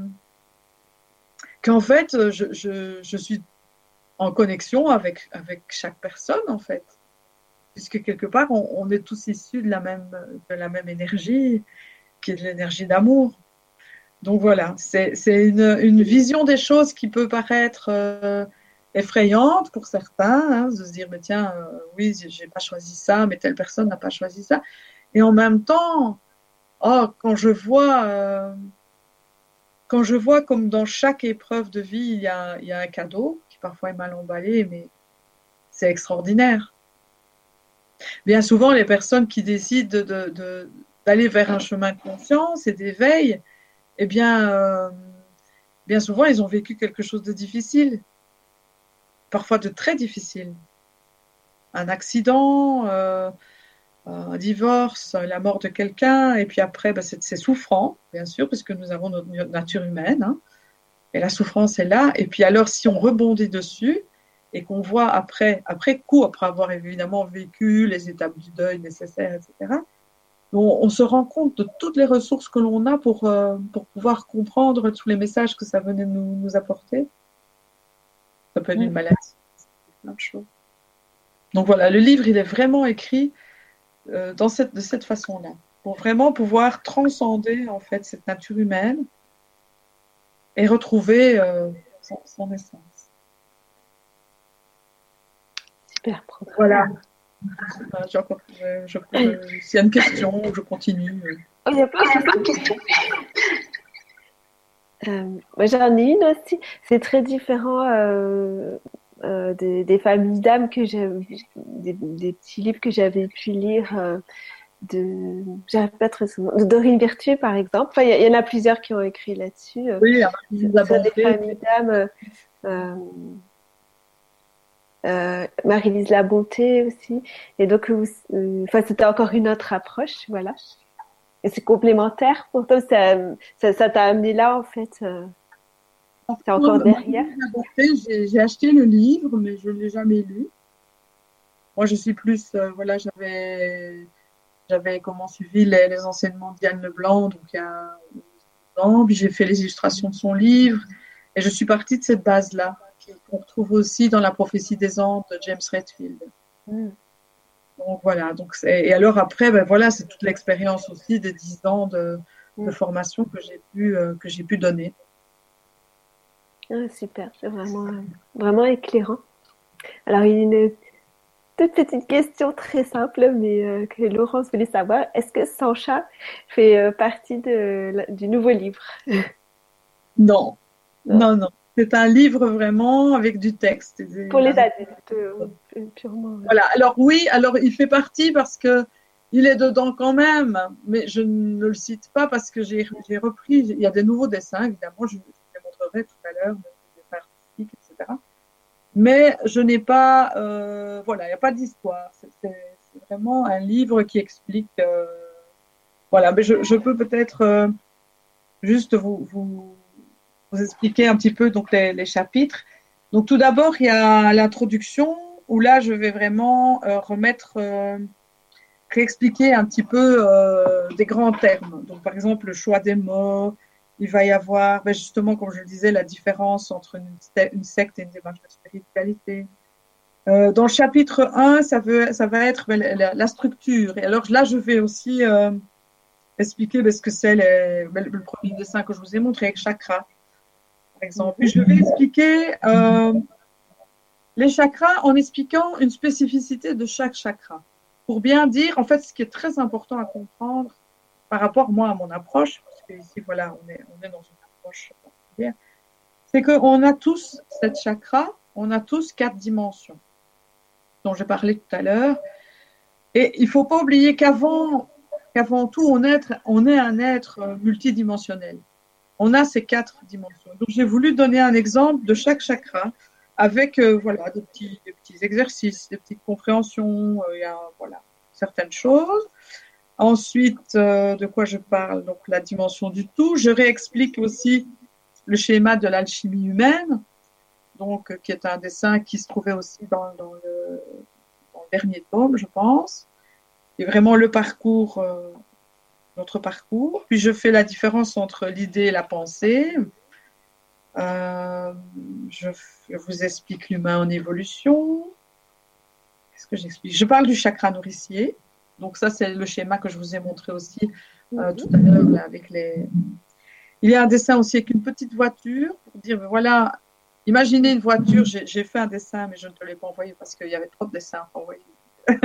qu'en fait, je, je, je suis en connexion avec, avec chaque personne, en fait. Puisque quelque part, on, on est tous issus de la même, de la même énergie, qui est de l'énergie d'amour. Donc voilà, c'est, c'est une, une vision des choses qui peut paraître euh, effrayante pour certains, hein, de se dire, mais tiens, euh, oui, j'ai pas choisi ça, mais telle personne n'a pas choisi ça. Et en même temps, oh, quand je vois, euh, quand je vois comme dans chaque épreuve de vie, il y a, il y a un cadeau qui parfois est mal emballé, mais c'est extraordinaire. Bien souvent, les personnes qui décident de, de, de, d'aller vers un chemin de conscience et d'éveil, eh bien, euh, bien souvent, ils ont vécu quelque chose de difficile, parfois de très difficile. Un accident, euh, un divorce, la mort de quelqu'un, et puis après, ben, c'est, c'est souffrant, bien sûr, parce que nous avons notre nature humaine, hein, et la souffrance est là. Et puis alors, si on rebondit dessus, et qu'on voit après, après coup, après avoir évidemment vécu les étapes du deuil nécessaires, et cetera, on, on se rend compte de toutes les ressources que l'on a pour, euh, pour pouvoir comprendre tous les messages que ça venait nous, nous apporter. Ça peut être une maladie, plein de choses. Donc voilà, le livre, il est vraiment écrit euh, dans cette, de cette façon-là, pour vraiment pouvoir transcender en fait cette nature humaine et retrouver euh, son, son essence. Super. Voilà. Je, encore, je, je, je, s'il y a une question, je continue. Oh, il n'y a pas de question. Euh, moi, j'en ai une aussi. C'est très différent euh, euh, des, des familles d'âmes que j'ai, des, des petits livres que j'avais pu lire euh, de, j'arrive pas très souvent, de Dorine Virtue par exemple. Enfin, il y, y en a plusieurs qui ont écrit là-dessus. Oui, c'est, c'est des familles d'âmes. Euh, euh, Marie-Lise La Bonté aussi. Et donc, euh, enfin, c'était encore une autre approche, voilà. Et c'est complémentaire pour toi, ça, ça, ça t'a amené là, en fait. Euh, c'est encore derrière. J'ai, j'ai acheté le livre, mais je ne l'ai jamais lu. Moi, je suis plus, euh, voilà, j'avais, j'avais comment suivi les, les enseignements d'Yann Leblanc, donc il y a dix ans, puis j'ai fait les illustrations de son livre, et je suis partie de cette base-là, qu'on retrouve aussi dans La prophétie des Andes de James Redfield. Mm. Donc voilà, donc c'est, et alors après, ben voilà, c'est toute l'expérience aussi des dix ans de, mm. de formation que j'ai pu, euh, que j'ai pu donner. Ah, super, c'est vraiment, vraiment éclairant. Alors, il y a une toute petite question très simple, mais euh, que Laurence voulait savoir. Est-ce que Sancha fait euh, partie de, du nouveau livre? Non, non, non. non. C'est un livre vraiment avec du texte. Pour les adultes, euh, purement. Voilà. Alors oui, alors il fait partie parce que il est dedans quand même, mais je ne le cite pas parce que j'ai, j'ai repris. Il y a des nouveaux dessins, évidemment, je vous les montrerai tout à l'heure, des dessins artistiques, et cetera. Mais je n'ai pas, euh, voilà, il n'y a pas d'histoire. C'est, c'est, c'est vraiment un livre qui explique. Euh, voilà, mais je, je peux peut-être euh, juste vous, vous vous expliquer un petit peu donc les, les chapitres. Donc tout d'abord, il y a l'introduction où là, je vais vraiment euh, remettre euh, réexpliquer un petit peu euh, des grands termes. Donc, par exemple, le choix des mots. Il va y avoir, ben justement, comme je le disais, la différence entre une, une secte et une démarche de spiritualité. Euh, dans le chapitre un, ça, veut, ça va être ben, la, la structure. Et alors là, je vais aussi euh, expliquer ben, ce que c'est les, ben, le premier dessin que je vous ai montré avec chakras, par exemple. Puis je vais expliquer euh, les chakras en expliquant une spécificité de chaque chakra. Pour bien dire, en fait, ce qui est très important à comprendre par rapport, moi, à mon approche, parce que ici, voilà, on est, on est dans une approche particulière, c'est qu'on a tous cette chakra, on a tous quatre dimensions, dont j'ai parlé tout à l'heure. Et il ne faut pas oublier qu'avant, qu'avant tout, on est, on est un être multidimensionnel. On a ces quatre dimensions. Donc, j'ai voulu donner un exemple de chaque chakra avec euh, voilà, des, petits, des petits exercices, des petites compréhensions, euh, il y a, voilà, certaines choses. Ensuite, euh, de quoi je parle? Donc, la dimension du tout. Je réexplique aussi le schéma de l'alchimie humaine, donc, euh, qui est un dessin qui se trouvait aussi dans, dans, le, dans le dernier tome, je pense. Et vraiment le parcours, euh, notre parcours. Puis, je fais la différence entre l'idée et la pensée. Euh, je, je vous explique l'humain en évolution. Qu'est-ce que j'explique? Je parle du chakra nourricier. Donc ça, c'est le schéma que je vous ai montré aussi euh, tout à l'heure là, avec les. Il y a un dessin aussi avec une petite voiture pour dire voilà, imaginez une voiture. J'ai, j'ai fait un dessin, mais je ne te l'ai pas envoyé parce qu'il y avait trop de dessins à envoyer. C'est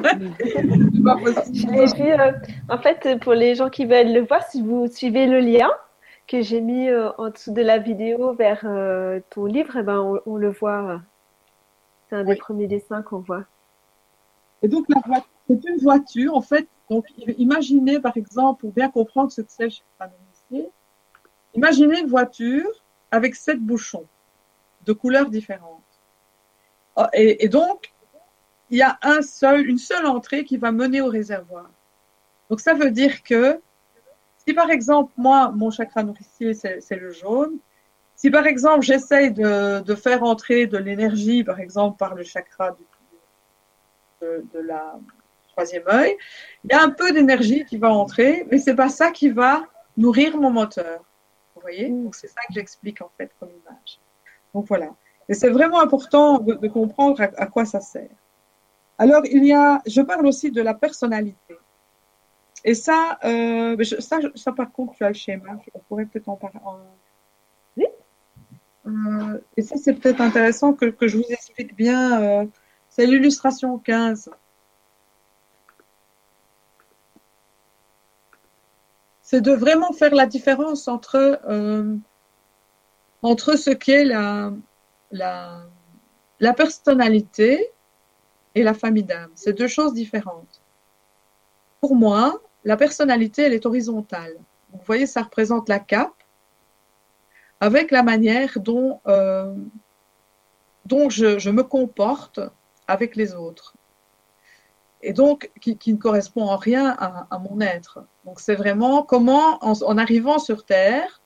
pas possible. Je l'ai vu, euh, en fait, pour les gens qui veulent le voir, si vous suivez le lien que j'ai mis euh, en dessous de la vidéo vers euh, ton livre, eh ben, on, on le voit. C'est un des Oui. premiers dessins qu'on voit. Et donc, la voiture, c'est une voiture, en fait. Donc, imaginez, par exemple, pour bien comprendre ce que c'est le chakra nourricier, imaginez une voiture avec sept bouchons de couleurs différentes. Et, et donc, il y a un seul, une seule entrée qui va mener au réservoir. Donc, ça veut dire que si, par exemple, moi, mon chakra nourricier, c'est, c'est le jaune, si, par exemple, j'essaye de, de faire entrer de l'énergie, par exemple, par le chakra du, de, de la troisième œil, il y a un peu d'énergie qui va entrer, mais c'est pas ça qui va nourrir mon moteur. Vous voyez? Donc, c'est ça que j'explique, en fait, comme image. Donc, voilà. Et c'est vraiment important de, de comprendre à, à quoi ça sert. Alors, il y a, je parle aussi de la personnalité. Et ça, euh, ça, ça, par contre, tu as le schéma. On pourrait peut-être en parler. En... Oui. Euh, et ça, c'est peut-être intéressant que, que je vous explique bien. Euh, c'est l'illustration quinze. C'est de vraiment faire la différence entre, euh, entre ce qu'est la, la, la personnalité et la famille d'âme. C'est deux choses différentes. Pour moi, la personnalité, elle est horizontale. Vous voyez, ça représente la cape avec la manière dont, euh, dont je, je me comporte avec les autres. Et donc, qui, qui ne correspond en rien à, à mon être. Donc, c'est vraiment comment, en, en arrivant sur Terre,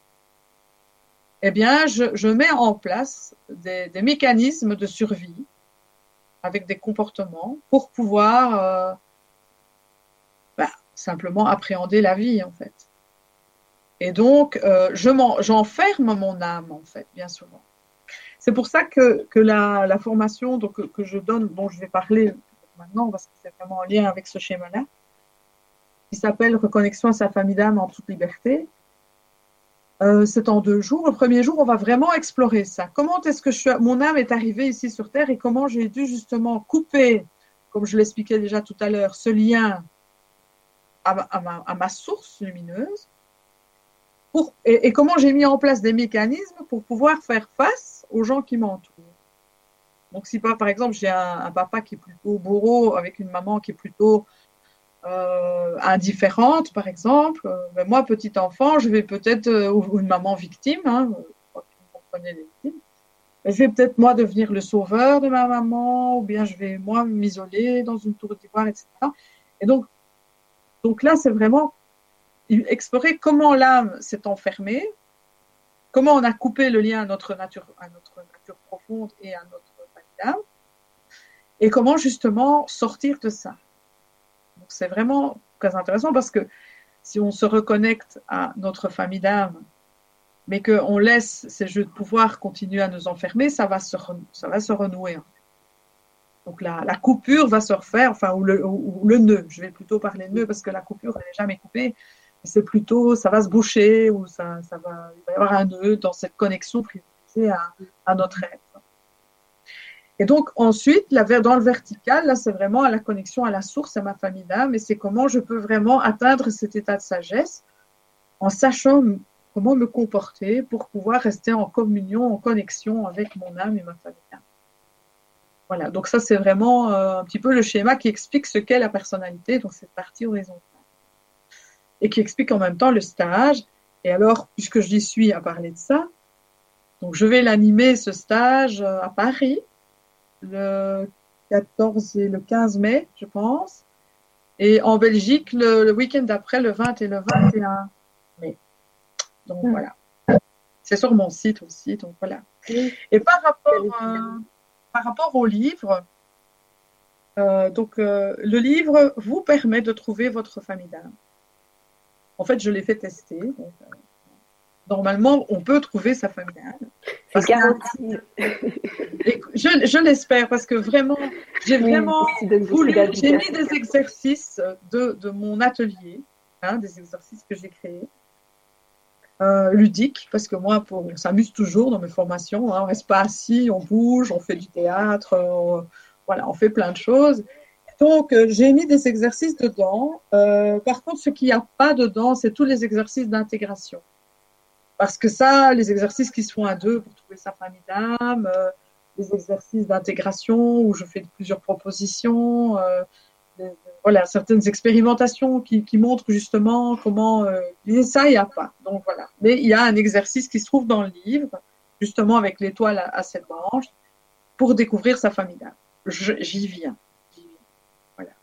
eh bien, je, je mets en place des, des mécanismes de survie avec des comportements pour pouvoir euh, bah, simplement appréhender la vie, en fait. Et donc, euh, je m'en, j'enferme mon âme, en fait, bien souvent. C'est pour ça que, que la, la formation donc, que, que je donne, dont je vais parler maintenant, parce que c'est vraiment en lien avec ce schéma-là, qui s'appelle Reconnexion à sa famille d'âme en toute liberté. Euh, c'est en deux jours. Le premier jour, on va vraiment explorer ça. Comment est-ce que je suis, mon âme est arrivée ici sur Terre et comment j'ai dû justement couper, comme je l'expliquais déjà tout à l'heure, ce lien à ma, à ma, à ma source lumineuse pour, et, et comment j'ai mis en place des mécanismes pour pouvoir faire face aux gens qui m'entourent. Donc, si par exemple, j'ai un, un papa qui est plutôt bourreau avec une maman qui est plutôt euh, indifférente, par exemple, euh, ben moi, petit enfant, je vais peut-être, euh, ou une maman victime, hein, je crois que vous comprenez les victimes, je vais peut-être, moi, devenir le sauveur de ma maman, ou bien je vais, moi, m'isoler dans une tour d'ivoire, et cetera. Et donc, donc là, c'est vraiment explorer comment l'âme s'est enfermée, comment on a coupé le lien à notre nature, à notre nature profonde et à notre famille d'âme, et comment justement sortir de ça. Donc c'est vraiment très intéressant parce que si on se reconnecte à notre famille d'âme, mais qu'on laisse ces jeux de pouvoir continuer à nous enfermer, ça va se, re, ça va se renouer. Donc la, la coupure va se refaire, enfin, ou le, ou, ou le nœud. Je vais plutôt parler de nœud parce que la coupure, elle n'est jamais coupée. C'est plutôt, ça va se boucher ou ça, ça va, il va y avoir un nœud dans cette connexion privilégiée à, à notre être. Et donc ensuite, la, dans le vertical, là, c'est vraiment à la connexion à la source, à ma famille d'âme, et c'est comment je peux vraiment atteindre cet état de sagesse en sachant comment me comporter pour pouvoir rester en communion, en connexion avec mon âme et ma famille d'âme. Voilà, donc ça c'est vraiment euh, un petit peu le schéma qui explique ce qu'est la personnalité, donc cette partie horizontale. Et qui explique en même temps le stage. Et alors, puisque j'y suis à parler de ça, donc je vais l'animer ce stage à Paris, le quatorze et le quinze mai, je pense, et en Belgique le, le week-end d'après, le vingt et le vingt et un mai. Donc mmh. voilà. C'est sur mon site aussi, donc voilà. Et par rapport, euh, par rapport au livre, euh, donc euh, le livre vous permet de trouver votre famille d'âme. En fait, je l'ai fait tester. Donc, euh, normalement, on peut trouver sa famille d'âme. C'est garanti. Je, je l'espère parce que vraiment, j'ai vraiment oui, voulu, j'ai mis des exercices de, de mon atelier, hein, des exercices que j'ai créés, euh, ludiques, parce que moi, pour, on s'amuse toujours dans mes formations, hein, on ne reste pas assis, on bouge, on fait du théâtre, on, voilà, on fait plein de choses. Donc, euh, j'ai mis des exercices dedans. Euh, par contre, ce qu'il n'y a pas dedans, c'est tous les exercices d'intégration. Parce que ça, les exercices qui se font à deux pour trouver sa famille d'âme, euh, les exercices d'intégration où je fais plusieurs propositions, euh, de, de, voilà, certaines expérimentations qui, qui montrent justement comment... Euh, ça, il n'y a pas. Donc, voilà. Mais il y a un exercice qui se trouve dans le livre, justement avec l'étoile à, à sept branches, pour découvrir sa famille d'âme. Je, j'y viens. J'y viens. Voilà.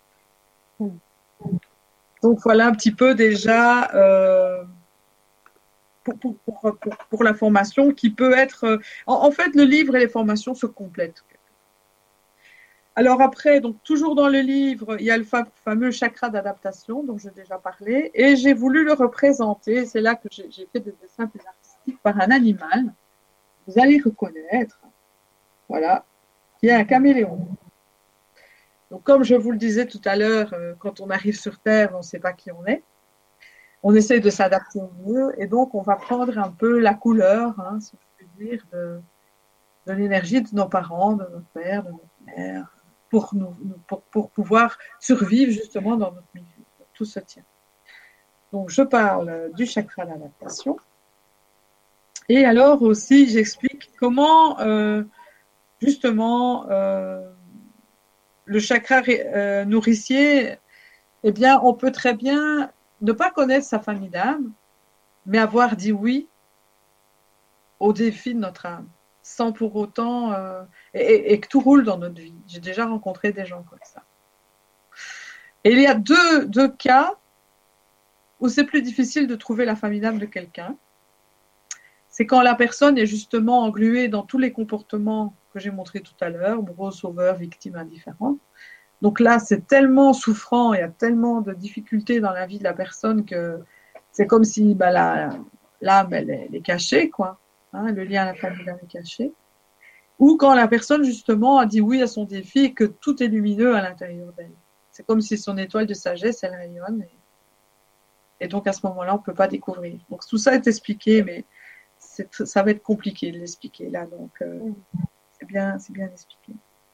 Donc, voilà un petit peu déjà... Euh, Pour, pour, pour, pour, pour la formation qui peut être... En, en fait, le livre et les formations se complètent. Alors après, donc, toujours dans le livre, il y a le fameux chakra d'adaptation dont j'ai déjà parlé et j'ai voulu le représenter. C'est là que j'ai, j'ai fait des dessins plus artistiques par un animal. Vous allez reconnaître, voilà, qui est un caméléon. Donc, comme je vous le disais tout à l'heure, quand on arrive sur Terre, on ne sait pas qui on est. On essaie de s'adapter au mieux et donc on va prendre un peu la couleur, hein, si je puis dire, de, de l'énergie de nos parents, de notre père, de notre mère, pour, nous, pour, pour pouvoir survivre justement dans notre milieu. Tout se tient. Donc je parle du chakra d'adaptation et alors aussi j'explique comment euh, justement euh, le chakra euh, nourricier, eh bien on peut très bien ne pas connaître sa famille d'âme, mais avoir dit oui au défi de notre âme, sans pour autant... Euh, et, et que tout roule dans notre vie. J'ai déjà rencontré des gens comme ça. Et il y a deux, deux cas où c'est plus difficile de trouver la famille d'âme de quelqu'un. C'est quand la personne est justement engluée dans tous les comportements que j'ai montrés tout à l'heure, bourreau, sauveur, victime, indifférent. Donc là, c'est tellement souffrant, il y a tellement de difficultés dans la vie de la personne que c'est comme si bah, la, l'âme, elle est, elle est cachée, quoi. Hein, le lien à la famille d'âme est caché. Ou quand la personne, justement, a dit oui à son défi et que tout est lumineux à l'intérieur d'elle. C'est comme si son étoile de sagesse, elle rayonne. Et, et donc, à ce moment-là, on ne peut pas découvrir. Donc, tout ça est expliqué, mais c'est, ça va être compliqué de l'expliquer là. Donc, euh, c'est bien, c'est bien expliqué.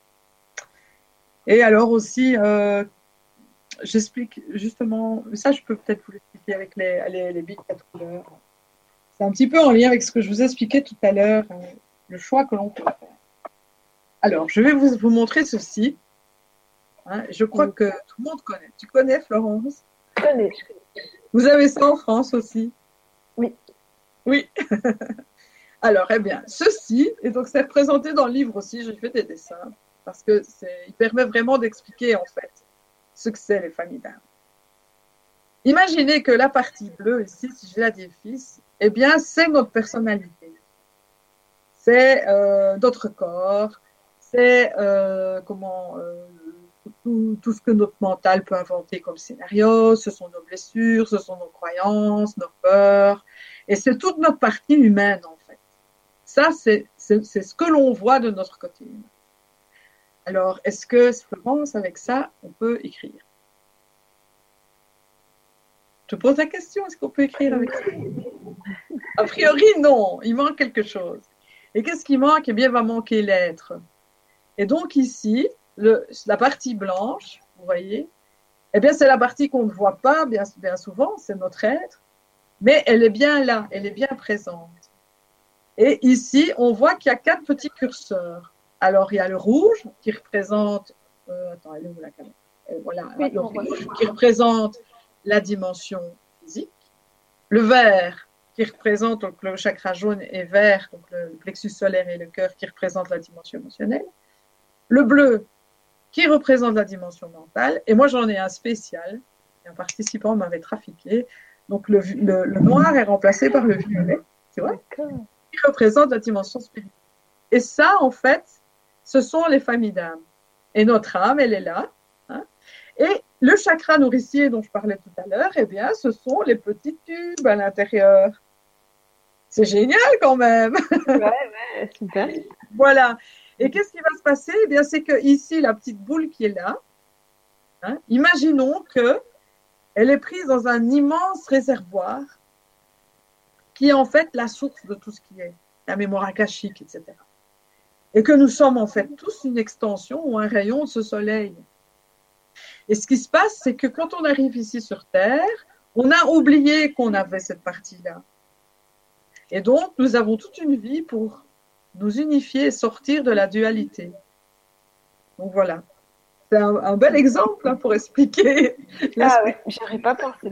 Et alors aussi, euh, j'explique justement, ça je peux peut-être vous l'expliquer avec les, les, les billes quatre couleurs. C'est un petit peu en lien avec ce que je vous expliquais tout à l'heure, euh, le choix que l'on peut faire. Alors, je vais vous, vous montrer ceci. Hein, je crois oui. que tout le monde connaît. Tu connais, Florence ? Je connais. Vous avez ça en France aussi ? Oui. Oui. Alors, eh bien, ceci, et donc c'est représenté dans le livre aussi, j'ai fait des dessins. Parce que c'est, il permet vraiment d'expliquer en fait ce que c'est les familles d'âme. Imaginez que la partie bleue ici, si je la défisse, eh bien c'est notre personnalité, c'est euh, notre corps, c'est euh, comment euh, tout, tout ce que notre mental peut inventer comme scénario, ce sont nos blessures, ce sont nos croyances, nos peurs, et c'est toute notre partie humaine en fait. Ça, c'est, c'est, c'est ce que l'on voit de notre côté humain. Alors, est-ce que, Florence, avec ça, on peut écrire? Je te pose la question, est-ce qu'on peut écrire avec ça? A priori, non, il manque quelque chose. Et qu'est-ce qui manque? Eh bien, il va manquer l'être. Et donc ici, le, la partie blanche, vous voyez, eh bien, c'est la partie qu'on ne voit pas bien, bien souvent, c'est notre être, mais elle est bien là, elle est bien présente. Et ici, on voit qu'il y a quatre petits curseurs. Alors, il y a le rouge qui représente, euh, attends, elle est où la caméra? euh, Voilà, oui, le rouge qui représente la dimension physique, le vert qui représente donc le chakra jaune et vert, donc le plexus solaire et le cœur qui représentent la dimension émotionnelle, le bleu qui représente la dimension mentale, et moi j'en ai un spécial, un participant m'avait trafiqué, donc le, le, le noir est remplacé par le violet, tu vois, qui représente la dimension spirituelle. Et ça, en fait, ce sont les familles d'âmes. Et notre âme, elle est là. Hein. Et le chakra nourricier dont je parlais tout à l'heure, eh bien, ce sont les petits tubes à l'intérieur. C'est génial quand même. Ouais, ouais, super. Voilà. Et qu'est-ce qui va se passer? Eh bien, c'est que ici, la petite boule qui est là, hein, imaginons que elle est prise dans un immense réservoir qui est en fait la source de tout ce qui est, la mémoire akashique, et cetera. Et que nous sommes en fait tous une extension ou un rayon de ce soleil. Et ce qui se passe, c'est que quand on arrive ici sur Terre, on a oublié qu'on avait cette partie-là. Et donc, nous avons toute une vie pour nous unifier et sortir de la dualité. Donc voilà. C'est un, un bel exemple hein, pour expliquer. Ah ouais, j'aurais pas pensé.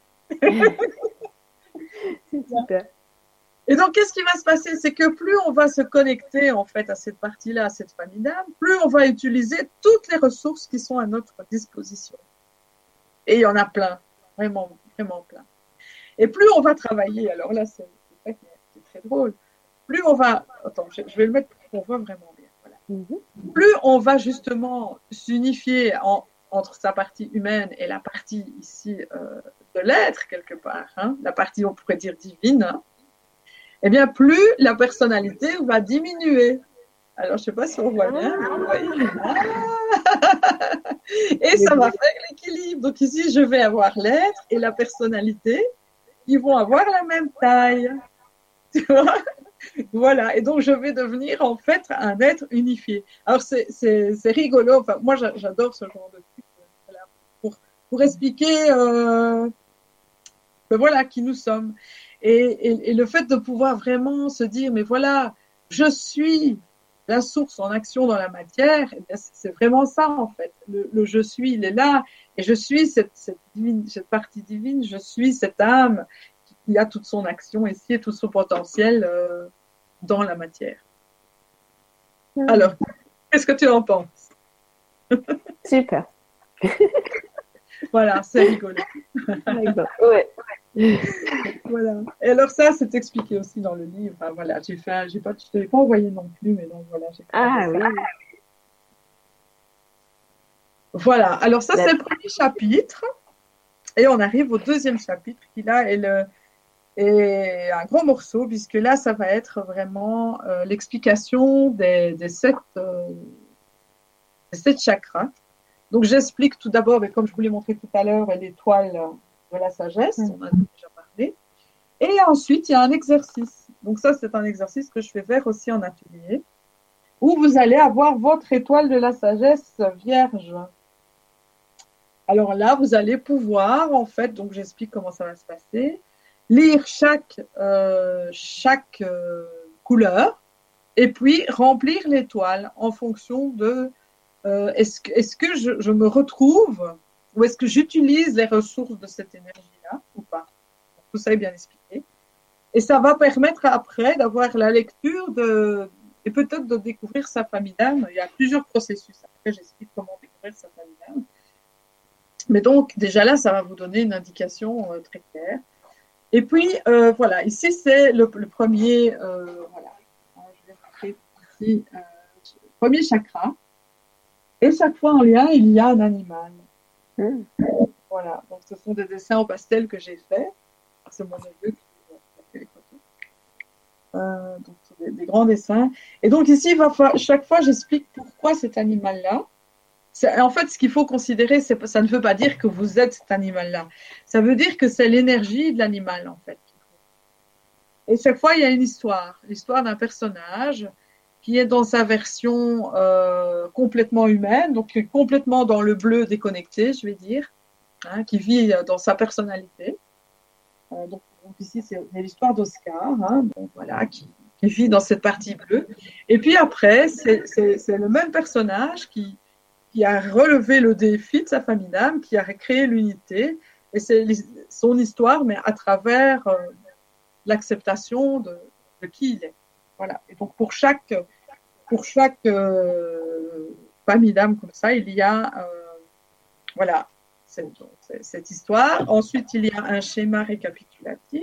C'est super. Et donc, qu'est-ce qui va se passer? C'est que plus on va se connecter en fait à cette partie-là, à cette famille d'âmes, plus on va utiliser toutes les ressources qui sont à notre disposition. Et il y en a plein, vraiment, vraiment plein. Et plus on va travailler, alors là, c'est, c'est, c'est très drôle. Plus on va, attends, je, je vais le mettre pour qu'on voit vraiment bien. Voilà. Mm-hmm. Plus on va justement s'unifier en, entre sa partie humaine et la partie ici euh, de l'être quelque part, hein, la partie on pourrait dire divine. Hein, eh bien, plus la personnalité va diminuer. Alors, je ne sais pas si on voit bien, mais vous voyez. Ah et ça va faire l'équilibre. Donc ici, je vais avoir l'être et la personnalité qui vont avoir la même taille. Tu vois? Voilà. Et donc, je vais devenir en fait un être unifié. Alors, c'est, c'est, c'est rigolo. Enfin, moi, j'adore ce genre de truc. Voilà. Pour, pour expliquer euh, ben voilà, qui nous sommes. Et, et, et le fait de pouvoir vraiment se dire, mais voilà, je suis la source en action dans la matière, eh bien, c'est vraiment ça en fait. Le, le je suis, il est là, et je suis cette, cette, divine, cette partie divine, je suis cette âme qui, qui a toute son action ici et tout son potentiel euh, dans la matière. Mmh. Alors, qu'est-ce que tu en penses? Super. Voilà, c'est rigolo. Ouais. Voilà. Et alors ça, c'est expliqué aussi dans le livre. Enfin, voilà, j'ai fait, j'ai pas, je ne l'ai pas envoyé non plus, mais donc voilà. J'ai ah oui. Ça. Voilà. Alors ça, c'est le premier chapitre, et on arrive au deuxième chapitre qui là est le est un gros morceau puisque là, ça va être vraiment euh, l'explication des, des sept euh, des sept chakras. Donc j'explique tout d'abord, mais comme je vous l'ai montré tout à l'heure, l'étoile de la sagesse, on a déjà parlé. Et ensuite, il y a un exercice. Donc ça, c'est un exercice que je fais faire aussi en atelier, où vous allez avoir votre étoile de la sagesse vierge. Alors là, vous allez pouvoir, en fait, donc j'explique comment ça va se passer, lire chaque, euh, chaque euh, couleur, et puis remplir l'étoile en fonction de euh, est-ce que, est-ce que je, je me retrouve ou est-ce que j'utilise les ressources de cette énergie-là ou pas. Tout ça est bien expliqué. Et ça va permettre après d'avoir la lecture de, et peut-être de découvrir sa famille d'âme. Il y a plusieurs processus. Après, j'explique comment découvrir sa famille d'âme. Mais donc, déjà là, ça va vous donner une indication euh, très claire. Et puis, euh, voilà, ici, c'est le, le premier, euh, voilà, je vais montrer ici, euh, premier chakra. Et chaque fois en lien, il y a un animal. Mm. Voilà, donc ce sont des dessins au pastel que j'ai faits. C'est mon neveu qui a fait les photos. Euh, donc, des, des grands dessins. Et donc ici, va, chaque fois, j'explique pourquoi cet animal-là. C'est, en fait, ce qu'il faut considérer, c'est, ça ne veut pas dire que vous êtes cet animal-là. Ça veut dire que c'est l'énergie de l'animal, en fait. Et chaque fois, il y a une histoire. L'histoire d'un personnage qui est dans sa version euh, complètement humaine, donc complètement dans le bleu déconnecté, je vais dire, hein, qui vit dans sa personnalité. Euh, donc, donc, ici, c'est l'histoire d'Oscar, hein, donc, voilà, qui, qui vit dans cette partie bleue. Et puis après, c'est, c'est, c'est le même personnage qui, qui a relevé le défi de sa famille d'âme, qui a créé l'unité. Et c'est son histoire, mais à travers euh, l'acceptation de, de qui il est. Voilà. Et donc, pour chaque, pour chaque euh, famille d'âme comme ça, il y a euh, voilà, cette, cette histoire. Ensuite, il y a un schéma récapitulatif.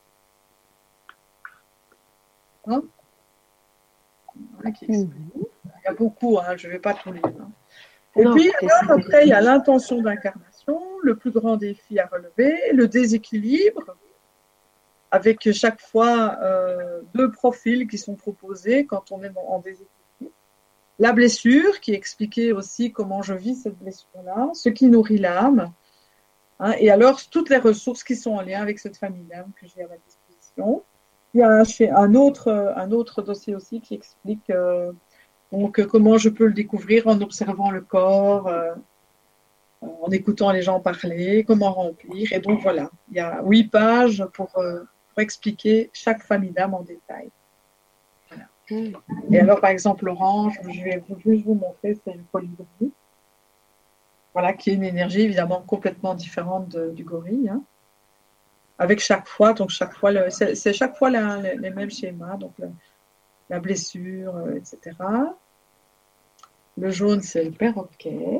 Hein, voilà, qui explique. Il y a beaucoup, hein, je ne vais pas tout lire. Hein. Et non, puis, alors, après, il y a l'intention d'incarnation, le plus grand défi à relever, le déséquilibre, avec chaque fois euh, deux profils qui sont proposés quand on est en déséquilibre. La blessure, qui expliquait aussi comment je vis cette blessure-là, ce qui nourrit l'âme, hein, et alors toutes les ressources qui sont en lien avec cette famille d'âme que j'ai à ma disposition. Il y a un, un, autre, un autre dossier aussi qui explique euh, donc, comment je peux le découvrir en observant le corps, euh, en écoutant les gens parler, comment remplir. Et donc voilà, il y a huit pages pour, euh, pour expliquer chaque famille d'âme en détail. Voilà. Et alors, par exemple, l'orange, je vais juste vous montrer, c'est une colibri. Voilà, qui est une énergie évidemment complètement différente de, du gorille. Hein. Avec chaque fois, donc chaque fois, le, c'est, c'est chaque fois la, les, les mêmes schémas, donc la, la blessure, euh, et cetera. Le jaune, c'est le perroquet.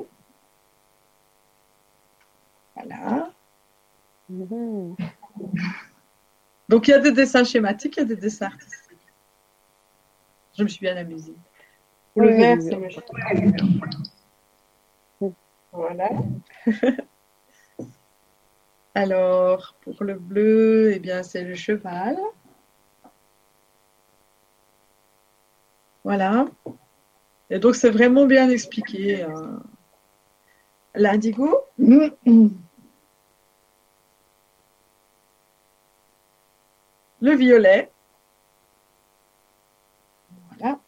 Voilà. Mmh. Donc, il y a des dessins schématiques, il y a des dessins artistiques. Je me suis bien amusée. Pour le oui, vert, oui, c'est le cheval. Voilà. Alors, pour le bleu, eh bien, c'est le cheval. Voilà. Et donc, c'est vraiment bien expliqué. Euh, L'indigo. Mmh. Le violet. Voilà.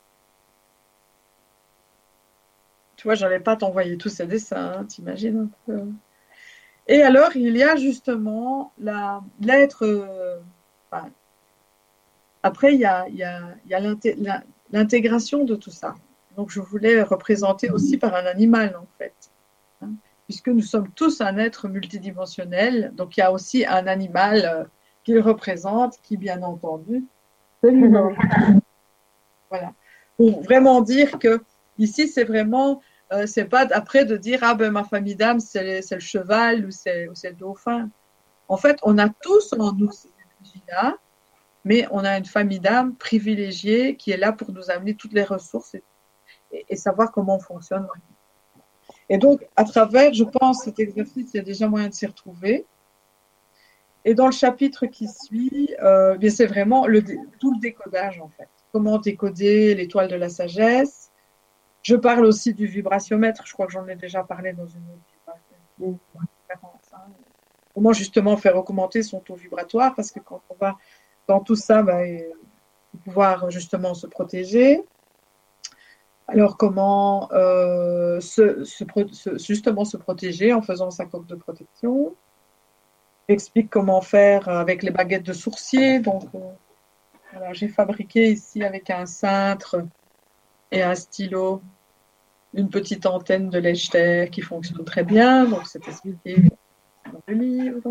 Tu vois, je n'allais pas t'envoyer tous ces dessins, hein, t'imagines un peu. Et alors, il y a justement la lettre. Euh, enfin, après, il y a, il y a, il y a l'intégration de tout ça. Donc, je voulais représenter aussi par un animal, en fait. Hein, puisque nous sommes tous un être multidimensionnel. Donc, il y a aussi un animal euh, qu'il représente, qui, bien entendu, c'est l'humain. Voilà. Pour vraiment dire que ici, c'est vraiment, euh, c'est pas après de dire ah ben ma famille d'âme c'est, c'est le cheval ou c'est, ou c'est le dauphin. En fait, on a tous en nous ces énergies-là, mais on a une famille d'âme privilégiée qui est là pour nous amener toutes les ressources et, et, et savoir comment on fonctionne. Et donc, à travers, je pense, cet exercice, il y a déjà moyen de s'y retrouver. Et dans le chapitre qui suit, euh, bien c'est vraiment le, tout le décodage en fait. Comment décoder l'étoile de la sagesse. Je parle aussi du vibratiomètre, je crois que j'en ai déjà parlé dans une autre conférence. Hein. Comment justement faire augmenter son taux vibratoire, parce que quand on va dans tout ça, bah, pouvoir justement se protéger. Alors comment euh, se, se, se, justement se protéger en faisant sa coque de protection. J'explique comment faire avec les baguettes de sourcier. Donc, euh, voilà, j'ai fabriqué ici avec un cintre et un stylo une petite antenne de Lechter qui fonctionne très bien. Donc, c'est expliqué dans le livre.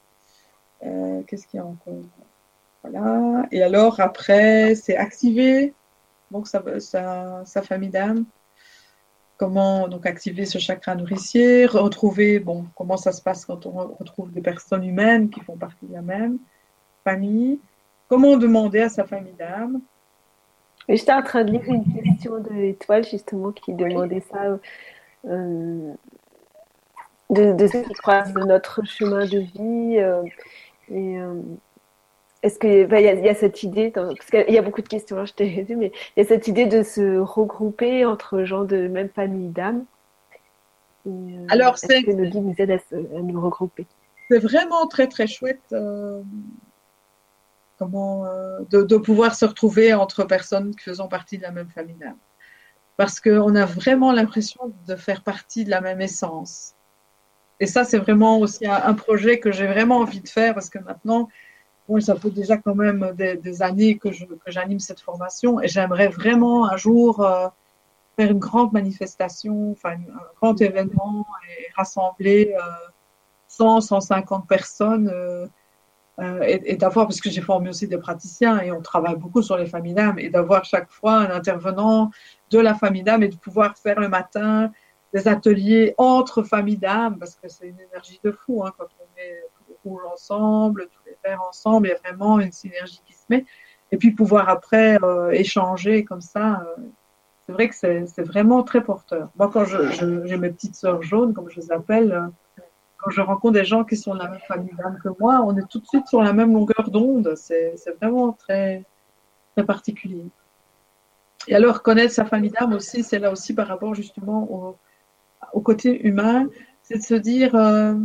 Euh, qu'est-ce qu'il y a encore? Voilà. Et alors, après, c'est activer donc sa, sa, sa famille d'âme. Comment donc activer ce chakra nourricier, retrouver bon, comment ça se passe quand on retrouve des personnes humaines qui font partie de la même famille, comment demander à sa famille d'âme. J'étais en train de lire une question de l'étoile justement qui demandait oui. ça. euh, de, de ce qui croisent notre chemin de vie. Euh, et euh, est-ce qu'il bah, y, a, y a cette idée, dans, parce qu'il y a beaucoup de questions, hein, je t'ai dit, mais il y a cette idée de se regrouper entre gens de même famille d'âme. Et, euh, Alors, est-ce c'est, que nos guides nous aident à, se, à nous regrouper? c'est vraiment très, très chouette euh, comment, euh, de, de pouvoir se retrouver entre personnes qui faisant partie de la même famille d'âme. Parce qu'on a vraiment l'impression de faire partie de la même essence. Et ça, c'est vraiment aussi un, un projet que j'ai vraiment envie de faire parce que maintenant, bon, ça fait déjà quand même des, des années que, je, que j'anime cette formation et j'aimerais vraiment un jour euh, faire une grande manifestation, enfin un grand événement et rassembler euh, cent, cent cinquante personnes euh, euh, et, et d'avoir, parce que j'ai formé aussi des praticiens et on travaille beaucoup sur les familles d'âme, et d'avoir chaque fois un intervenant de la famille d'âme et de pouvoir faire le matin des ateliers entre familles d'âme, parce que c'est une énergie de fou, hein, quand on met tous les rouges ensemble, tous les verts ensemble, il y a vraiment une synergie qui se met. Et puis pouvoir après euh, échanger comme ça, euh, c'est vrai que c'est, c'est vraiment très porteur. Moi, quand je, je, j'ai mes petites sœurs jaunes, comme je les appelle, euh, quand je rencontre des gens qui sont de la même famille d'âme que moi, on est tout de suite sur la même longueur d'onde. C'est, c'est vraiment très, très particulier. Et alors, connaître sa famille d'âme aussi, c'est là aussi par rapport justement au, au côté humain, c'est de se dire, euh,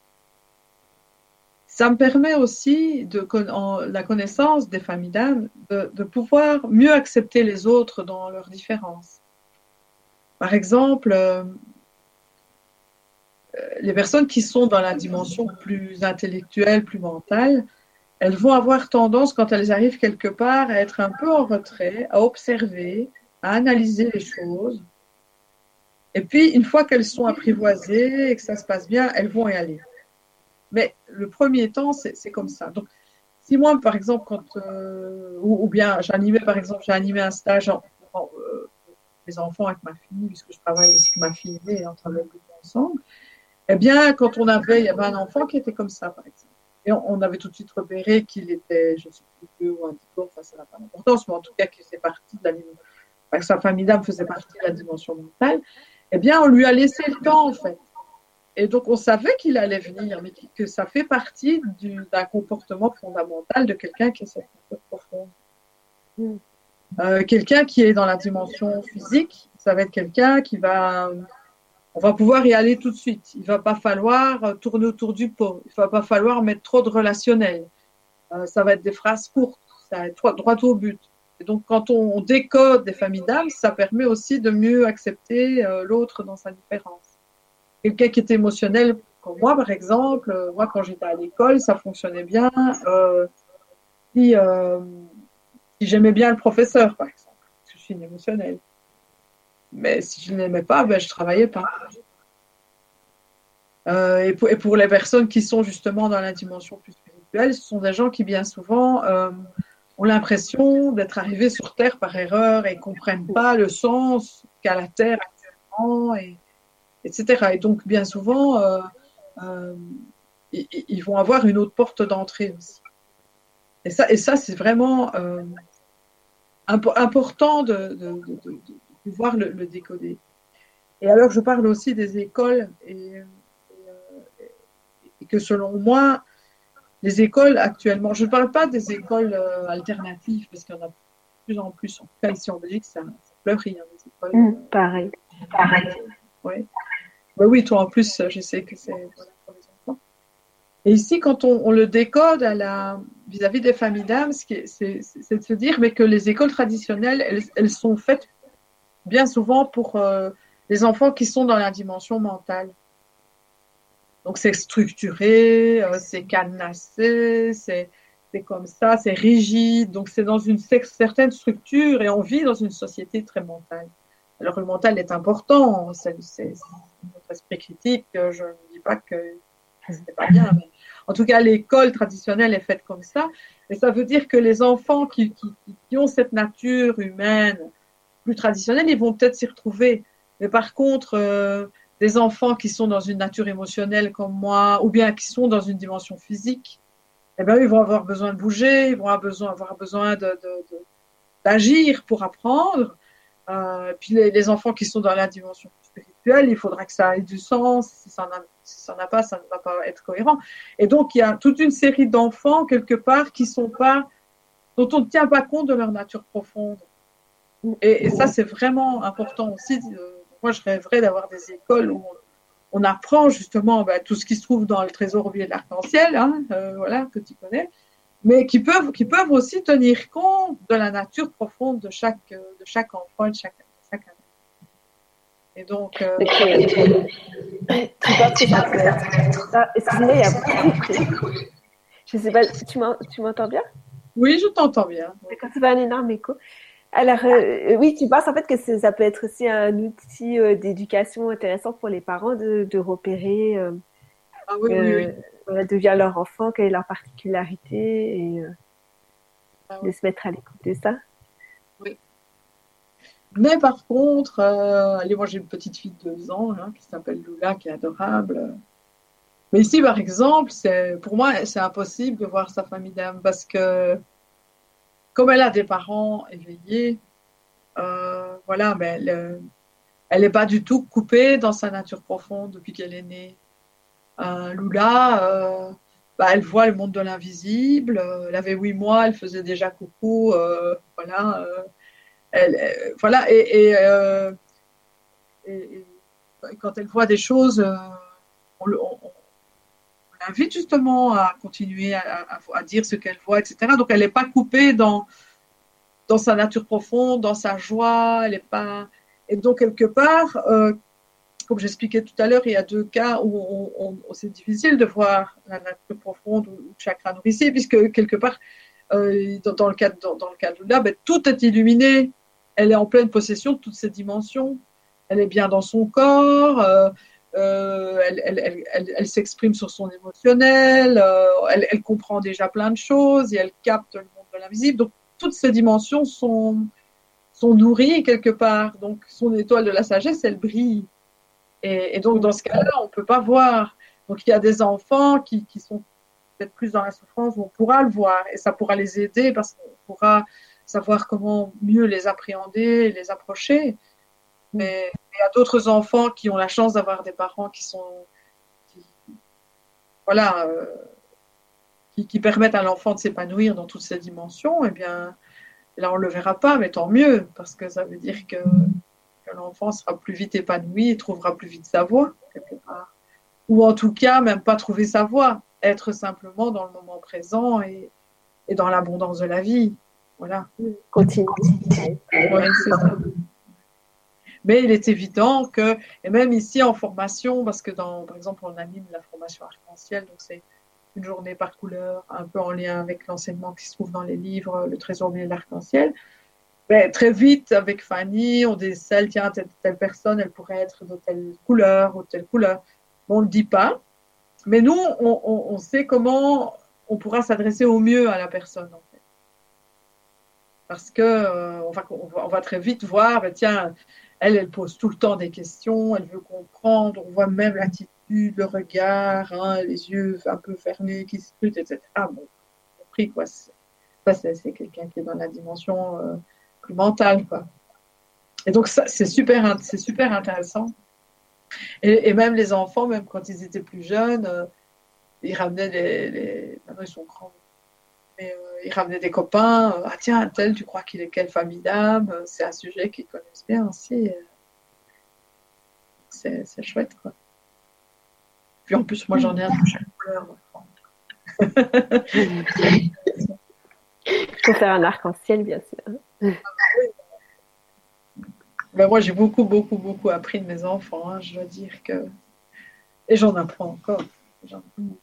ça me permet aussi, de, en la connaissance des familles d'âme, de, de pouvoir mieux accepter les autres dans leurs différences. Par exemple, euh, les personnes qui sont dans la dimension plus intellectuelle, plus mentale, elles vont avoir tendance, quand elles arrivent quelque part, à être un peu en retrait, à observer, à analyser les choses. Et puis, une fois qu'elles sont apprivoisées et que ça se passe bien, elles vont y aller. Mais le premier temps, c'est, c'est comme ça. Donc, si moi, par exemple, quand, euh, ou, ou bien j'animais, par exemple, j'ai animé un stage en, en, euh, les enfants avec ma fille, puisque je travaille aussi avec ma fille aînée et on travaille beaucoup ensemble, eh bien, quand on avait, il y avait un enfant qui était comme ça, par exemple. Et on, on avait tout de suite repéré qu'il était, je ne sais plus, deux ou un diplôme, enfin, ça n'a pas d'importance, mais en tout cas, qu'il faisait partie de la dimension, enfin, que sa famille d'âme faisait partie de la dimension mentale. Eh bien, on lui a laissé le temps, en fait. Et donc, on savait qu'il allait venir, mais que ça fait partie du, d'un comportement fondamental de quelqu'un qui a cette culture profonde. Mm. Euh, quelqu'un qui est dans la dimension physique, ça va être quelqu'un qui va... On va pouvoir y aller tout de suite. Il ne va pas falloir tourner autour du pot. Il ne va pas falloir mettre trop de relationnel. Euh, ça va être des phrases courtes. Ça va être droit au but. Et donc, quand on, on décode des familles d'âme, ça permet aussi de mieux accepter euh, l'autre dans sa différence. Quelqu'un qui est émotionnel, comme moi, par exemple, euh, moi, quand j'étais à l'école, ça fonctionnait bien. Euh, si, euh, si j'aimais bien le professeur, par exemple, parce que je suis une émotionnelle. Mais si je ne l'aimais pas, ben, je ne travaillais pas. Euh, et, pour, et pour les personnes qui sont justement dans la dimension plus spirituelle, ce sont des gens qui, bien souvent, euh, ont l'impression d'être arrivés sur Terre par erreur et ne comprennent pas le sens qu'a la Terre actuellement, et, etc. Et donc, bien souvent, euh, euh, ils, ils vont avoir une autre porte d'entrée aussi. Et ça, et ça c'est vraiment euh, impo- important de, de, de, de, de pouvoir le, le décoder. Et alors, je parle aussi des écoles et, et, et que selon moi, les écoles actuellement, je ne parle pas des écoles euh, alternatives parce qu'il y en a de plus en plus, en tout cas ici en Belgique, ça, ça fleurit, hein, les écoles. Mmh, pareil. Euh, pareil. Ouais. Ouais, oui, toi en plus, je sais que c'est voilà, pour les enfants. Et ici, quand on, on le décode à la, vis-à-vis des familles d'âme, c'est, c'est, c'est de se dire mais que les écoles traditionnelles, elles, elles sont faites bien souvent pour euh, les enfants qui sont dans la dimension mentale. Donc c'est structuré, euh, c'est cadenassé, c'est, c'est comme ça, c'est rigide. Donc c'est dans une certaine structure et on vit dans une société très mentale. Alors le mental est important, c'est, c'est, c'est notre esprit critique. Je ne dis pas que c'est pas bien, mais en tout cas l'école traditionnelle est faite comme ça. Et ça veut dire que les enfants qui, qui, qui ont cette nature humaine plus traditionnelle, ils vont peut-être s'y retrouver. Mais par contre, euh, des enfants qui sont dans une nature émotionnelle comme moi, ou bien qui sont dans une dimension physique, eh bien, ils vont avoir besoin de bouger, ils vont avoir besoin, avoir besoin de, de, de, d'agir pour apprendre. Euh, puis les, les enfants qui sont dans la dimension spirituelle, spirituel, il faudra que ça ait du sens. Si ça n'en a, si ça n'a pas, ça ne va pas être cohérent. Et donc, il y a toute une série d'enfants, quelque part, qui sont pas, dont on ne tient pas compte de leur nature profonde. Et, et ça, c'est vraiment important aussi. Moi, je rêverais d'avoir des écoles où on, on apprend justement ben, tout ce qui se trouve dans le trésor oublié de l'arc-en-ciel, hein, euh, voilà, que tu connais, mais qui peuvent, qui peuvent aussi tenir compte de la nature profonde de chaque, de chaque enfant et de chaque, de chaque année. Et donc... Euh, okay. Tu penses que ça peut être... Ah, excuse-moi, il y a beaucoup de bruit. Je sais pas, tu, m'en, tu m'entends bien? Oui, je t'entends bien. D'accord, c'est pas un énorme écho. Alors, euh, oui, tu penses en fait que c'est, ça peut être aussi un outil euh, d'éducation intéressant pour les parents de, de repérer euh, ah, oui, euh, oui, oui. d'où vient leur enfant, quelle est leur particularité et euh, ah, de oui. se mettre à l'écoute de ça. Oui. Mais par contre, euh, allez, moi j'ai une petite fille de deux ans hein, qui s'appelle Lula, qui est adorable. Mais ici, par exemple, c'est, pour moi, c'est impossible de voir sa famille d'âme parce que comme elle a des parents éveillés, euh, voilà, mais elle, elle n'est pas du tout coupée dans sa nature profonde depuis qu'elle est née. Euh, Lula, euh, bah, elle voit le monde de l'invisible. Euh, elle avait huit mois, elle faisait déjà coucou. Euh, voilà, euh, elle, elle, voilà, et, et, euh, et, et, quand elle voit des choses, euh, on, on, on l'invite justement à continuer à, à, à dire ce qu'elle voit, et cetera. Donc elle n'est pas coupée dans dans sa nature profonde, dans sa joie. Elle est pas. Et donc quelque part. Euh, Comme j'expliquais tout à l'heure, il y a deux cas où on, on, on, c'est difficile de voir la nature profonde ou le chakra nourricier, puisque quelque part, euh, dans, dans, le cas, dans, dans le cas de Lula, ben, tout est illuminé. Elle est en pleine possession de toutes ces dimensions. Elle est bien dans son corps, euh, euh, elle, elle, elle, elle, elle s'exprime sur son émotionnel, euh, elle, elle comprend déjà plein de choses et elle capte le monde de l'invisible. Donc, toutes ces dimensions sont, sont nourries quelque part. Donc, son étoile de la sagesse, elle brille. Et, et donc, dans ce cas-là, on ne peut pas voir. Donc, il y a des enfants qui, qui sont peut-être plus dans la souffrance où on pourra le voir et ça pourra les aider parce qu'on pourra savoir comment mieux les appréhender, les approcher. Mais il y a d'autres enfants qui ont la chance d'avoir des parents qui sont, qui, voilà, euh, qui, qui permettent à l'enfant de s'épanouir dans toutes ces dimensions. Eh bien, là, on ne le verra pas, mais tant mieux parce que ça veut dire que que l'enfant sera plus vite épanoui et trouvera plus vite sa voie, quelque part. Ou en tout cas, même pas trouver sa voie, être simplement dans le moment présent et, et dans l'abondance de la vie. Voilà. Continue. Ouais, c'est ça. Mais il est évident que, et même ici en formation, parce que dans, par exemple, on anime la formation arc-en-ciel, donc c'est une journée par couleur, un peu en lien avec l'enseignement qui se trouve dans les livres, le trésor oublié de l'arc-en-ciel. Ben, très vite, avec Fanny, on décèle, tiens, telle, telle personne, elle pourrait être de telle couleur ou telle couleur. On ne le dit pas, mais nous, on, on, on sait comment on pourra s'adresser au mieux à la personne, en fait. Parce que euh, on, va, on, va, on va très vite voir, ben, tiens, elle, elle pose tout le temps des questions, elle veut comprendre, on voit même l'attitude, le regard, hein, les yeux un peu fermés qui scrutent, et cetera. Ah bon, compris, quoi. C'est, c'est, c'est quelqu'un qui est dans la dimension... Euh, plus mental, quoi. Et donc ça, c'est super, c'est super intéressant. Et, et même les enfants, même quand ils étaient plus jeunes, euh, ils ramenaient les, les, maintenant ils sont grands, mais euh, ils ramenaient des copains. Euh, ah tiens, un tel, tu crois qu'il est quelle famille d'âme? C'est un sujet qu'ils connaissent bien aussi. C'est, c'est chouette, quoi. Puis en plus, moi, j'en ai un de chaque couleur. Il faut faire un arc-en-ciel, bien sûr. Ben moi, j'ai beaucoup, beaucoup, beaucoup appris de mes enfants. Hein, je dois dire que... Et j'en apprends encore. J'en apprends.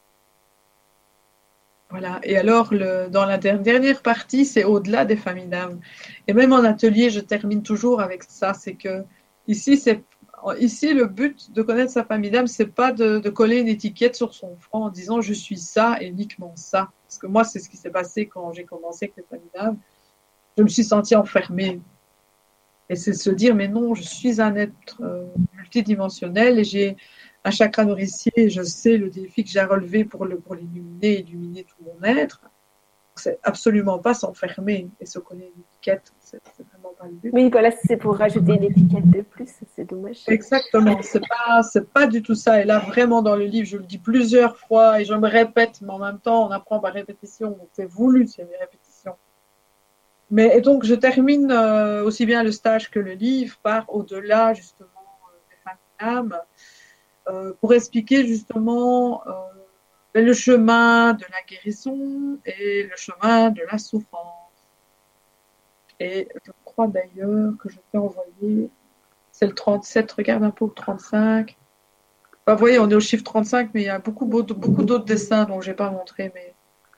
Voilà. Et alors, le, dans la dernière partie, c'est au-delà des familles d'âme. Et même en atelier, je termine toujours avec ça. C'est que ici, c'est, ici le but de connaître sa famille d'âme, c'est pas de, de coller une étiquette sur son front en disant je suis ça et uniquement ça. Parce que moi, c'est ce qui s'est passé quand j'ai commencé avec les familles d'âme. Je me suis sentie enfermée. Et c'est se dire, mais non, je suis un être euh, multidimensionnel et j'ai un chakra nourricier et je sais le défi que j'ai à relever pour, le, pour l'illuminer, illuminer tout mon être. C'est absolument pas s'enfermer et se coller une étiquette. C'est, c'est vraiment pas le but. Oui, voilà, c'est pour rajouter une étiquette de plus, c'est dommage. Exactement, c'est pas, c'est pas du tout ça. Et là, vraiment, dans le livre, je le dis plusieurs fois et je me répète, mais en même temps, on apprend par répétition. Donc, c'est voulu, c'est une répétition. Mais, et donc, je termine euh, aussi bien le stage que le livre par au-delà, justement, euh, des femmes âmes, euh, pour expliquer, justement, euh, le chemin de la guérison et le chemin de la souffrance. Et je crois d'ailleurs que je t'ai envoyé, c'est le trente-sept, regarde un peu le trente-cinq. Enfin, vous voyez, on est au chiffre trente-cinq, mais il y a beaucoup, beaucoup d'autres dessins dont je n'ai pas montré. Mais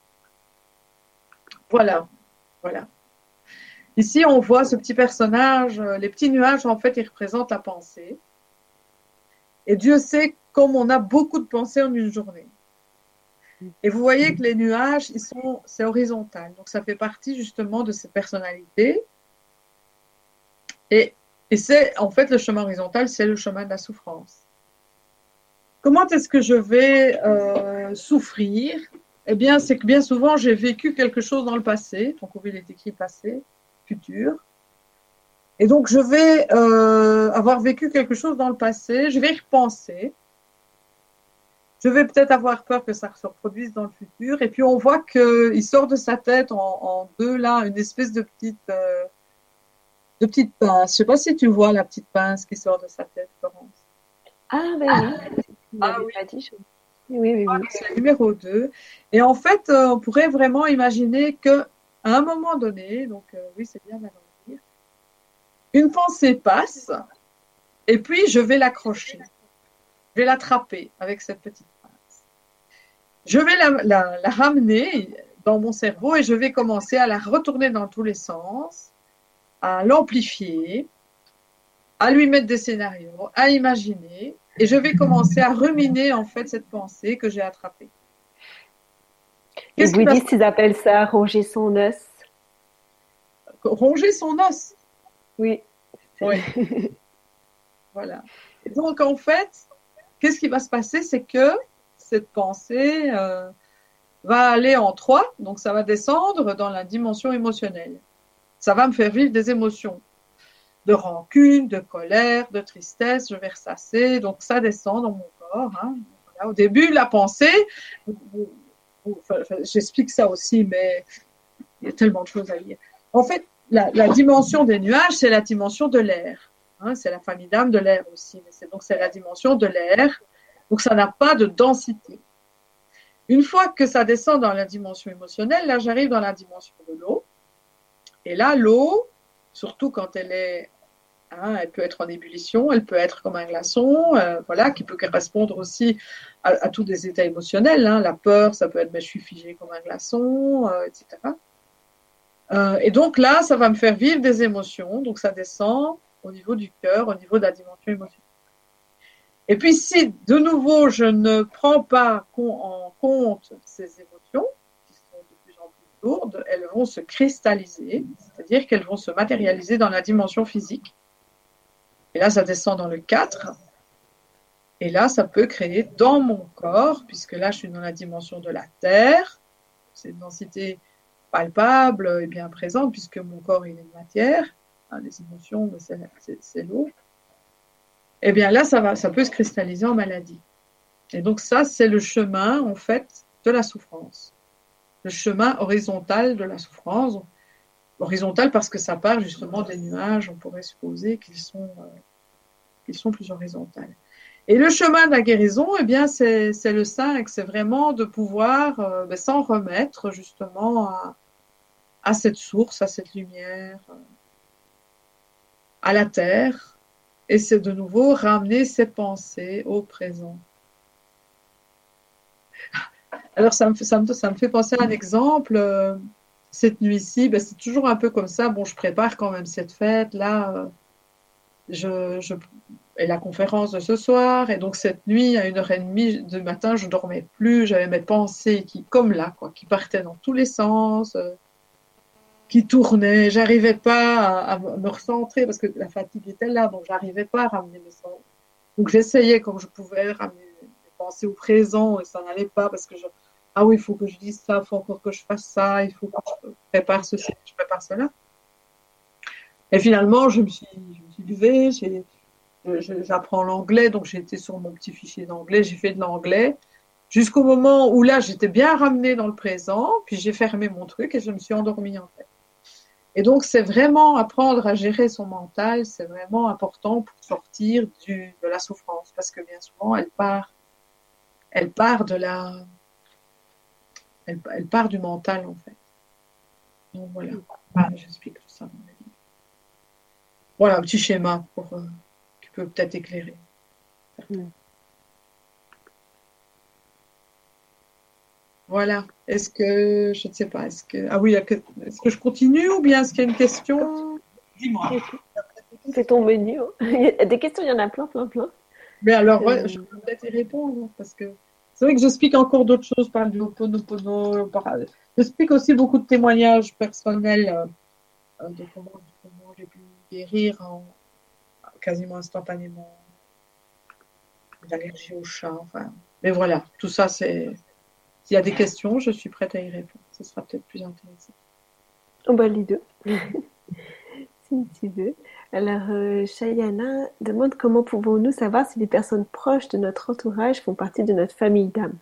voilà, voilà. Ici, on voit ce petit personnage. Les petits nuages, en fait, ils représentent la pensée. Et Dieu sait comme on a beaucoup de pensées en une journée. Et vous voyez que les nuages, ils sont, c'est horizontal. Donc, ça fait partie justement de cette personnalité. Et, et c'est, en fait, le chemin horizontal, c'est le chemin de la souffrance. Comment est-ce que je vais euh, souffrir? Eh bien, c'est que bien souvent, j'ai vécu quelque chose dans le passé. Donc, il est écrit passé, futur. Et donc, je vais euh, avoir vécu quelque chose dans le passé. Je vais y repenser. Je vais peut-être avoir peur que ça se reproduise dans le futur. Et puis, on voit qu'il sort de sa tête en, en deux, là, une espèce de petite, euh, de petite pince. Je ne sais pas si tu vois la petite pince qui sort de sa tête, Florence. Ah, ben oui. Vous Ah, n'avez oui. pas dit. Je... Oui, oui, oui. C'est le numéro deux. Et en fait, euh, on pourrait vraiment imaginer qu'à un moment donné, donc euh, oui, c'est bien d'agrandir, une pensée passe et puis je vais l'accrocher. Je vais l'attraper avec cette petite pince. Je vais la, la, la ramener dans mon cerveau et je vais commencer à la retourner dans tous les sens, à l'amplifier, à lui mettre des scénarios, à imaginer. Et je vais commencer à ruminer en fait cette pensée que j'ai attrapée. Les bouddhistes, ils appellent ça ronger son os. Ronger son os. Oui. Oui. Voilà. Et donc en fait, qu'est-ce qui va se passer, c'est que cette pensée euh, va aller en trois, donc ça va descendre dans la dimension émotionnelle. Ça va me faire vivre des émotions de rancune, de colère, de tristesse, je vais ressasser, donc ça descend dans mon corps. Hein. Voilà. Au début, la pensée, enfin, j'explique ça aussi, mais il y a tellement de choses à lire. En fait, la, la dimension des nuages, c'est la dimension de l'air. Hein, c'est la famille d'âme de l'air aussi, mais c'est, donc c'est la dimension de l'air, donc ça n'a pas de densité. Une fois que ça descend dans la dimension émotionnelle, là j'arrive dans la dimension de l'eau, et là l'eau, surtout quand elle est, hein, elle peut être en ébullition, elle peut être comme un glaçon, euh, voilà, qui peut correspondre aussi à, à tous des états émotionnels, hein, la peur, ça peut être mais je suis figé comme un glaçon, euh, et cetera. Euh, et donc là, ça va me faire vivre des émotions, donc ça descend au niveau du cœur, au niveau de la dimension émotionnelle. Et puis si de nouveau je ne prends pas en compte ces émotions, qui sont de plus en plus lourdes, elles vont se cristalliser, c'est-à-dire qu'elles vont se matérialiser dans la dimension physique. Et là, ça descend dans le quatre. Et là, ça peut créer dans mon corps, puisque là, je suis dans la dimension de la terre, c'est une densité palpable et bien présente, puisque mon corps, il est de matière. Les émotions, c'est, c'est, c'est l'eau. Eh bien là, ça, va, ça peut se cristalliser en maladie. Et donc ça, c'est le chemin, en fait, de la souffrance. Le chemin horizontal de la souffrance. Horizontal parce que ça part justement des nuages, on pourrait supposer qu'ils sont, euh, qu'ils sont plus horizontales. Et le chemin de la guérison, eh bien, c'est, c'est le cinq, c'est vraiment de pouvoir euh, ben, s'en remettre justement à, à cette source, à cette lumière, euh, à la terre, et c'est de nouveau ramener ses pensées au présent. Alors, ça me, ça me, ça me fait penser à un exemple. Euh, cette nuit-ci, ben, c'est toujours un peu comme ça. Bon, je prépare quand même cette fête. Là, euh, je, je, et la conférence de ce soir. Et donc, cette nuit, à une heure et demie du matin, je ne dormais plus. J'avais mes pensées qui, comme là, quoi, qui partaient dans tous les sens. Euh, qui tournait, j'arrivais pas à, à me recentrer parce que la fatigue était là, donc j'arrivais pas à ramener mes sens. Donc j'essayais comme je pouvais ramener mes pensées au présent et ça n'allait pas parce que je, ah oui, il faut que je dise ça, il faut encore que je fasse ça, il faut que je prépare ceci, que je prépare cela. Et finalement, je me suis, je me suis levée, j'ai, je- j'apprends l'anglais, donc j'ai été sur mon petit fichier d'anglais, j'ai fait de l'anglais, jusqu'au moment où là, j'étais bien ramenée dans le présent, puis j'ai fermé mon truc et je me suis endormie en fait. Et donc, c'est vraiment apprendre à gérer son mental, c'est vraiment important pour sortir du, de la souffrance, parce que bien souvent, elle part, elle part de la, elle, elle part du mental en fait. Donc voilà, voilà, j'explique tout ça. Voilà, un petit schéma pour, euh, qui peut peut-être éclairer. Mm. Voilà. Est-ce que, je ne sais pas, est-ce que, ah oui, est-ce que je continue ou bien est-ce qu'il y a une question? Dis-moi. C'est ton menu. Hein. Il y a des questions, il y en a plein, plein, plein. Mais alors, ouais, je Euh, peux peut-être y répondre parce que c'est vrai que j'explique encore d'autres choses par le Ho'oponopono. Par... J'explique aussi beaucoup de témoignages personnels euh, de comment, comment j'ai pu guérir en, quasiment instantanément d'allergie au chat. Enfin, mais voilà, tout ça, c'est. S'il y a des questions, je suis prête à y répondre. Ce sera peut-être plus intéressant. oh bah les deux, si tu veux. Alors, euh, Shayana demande comment pouvons-nous savoir si les personnes proches de notre entourage font partie de notre famille d'âme.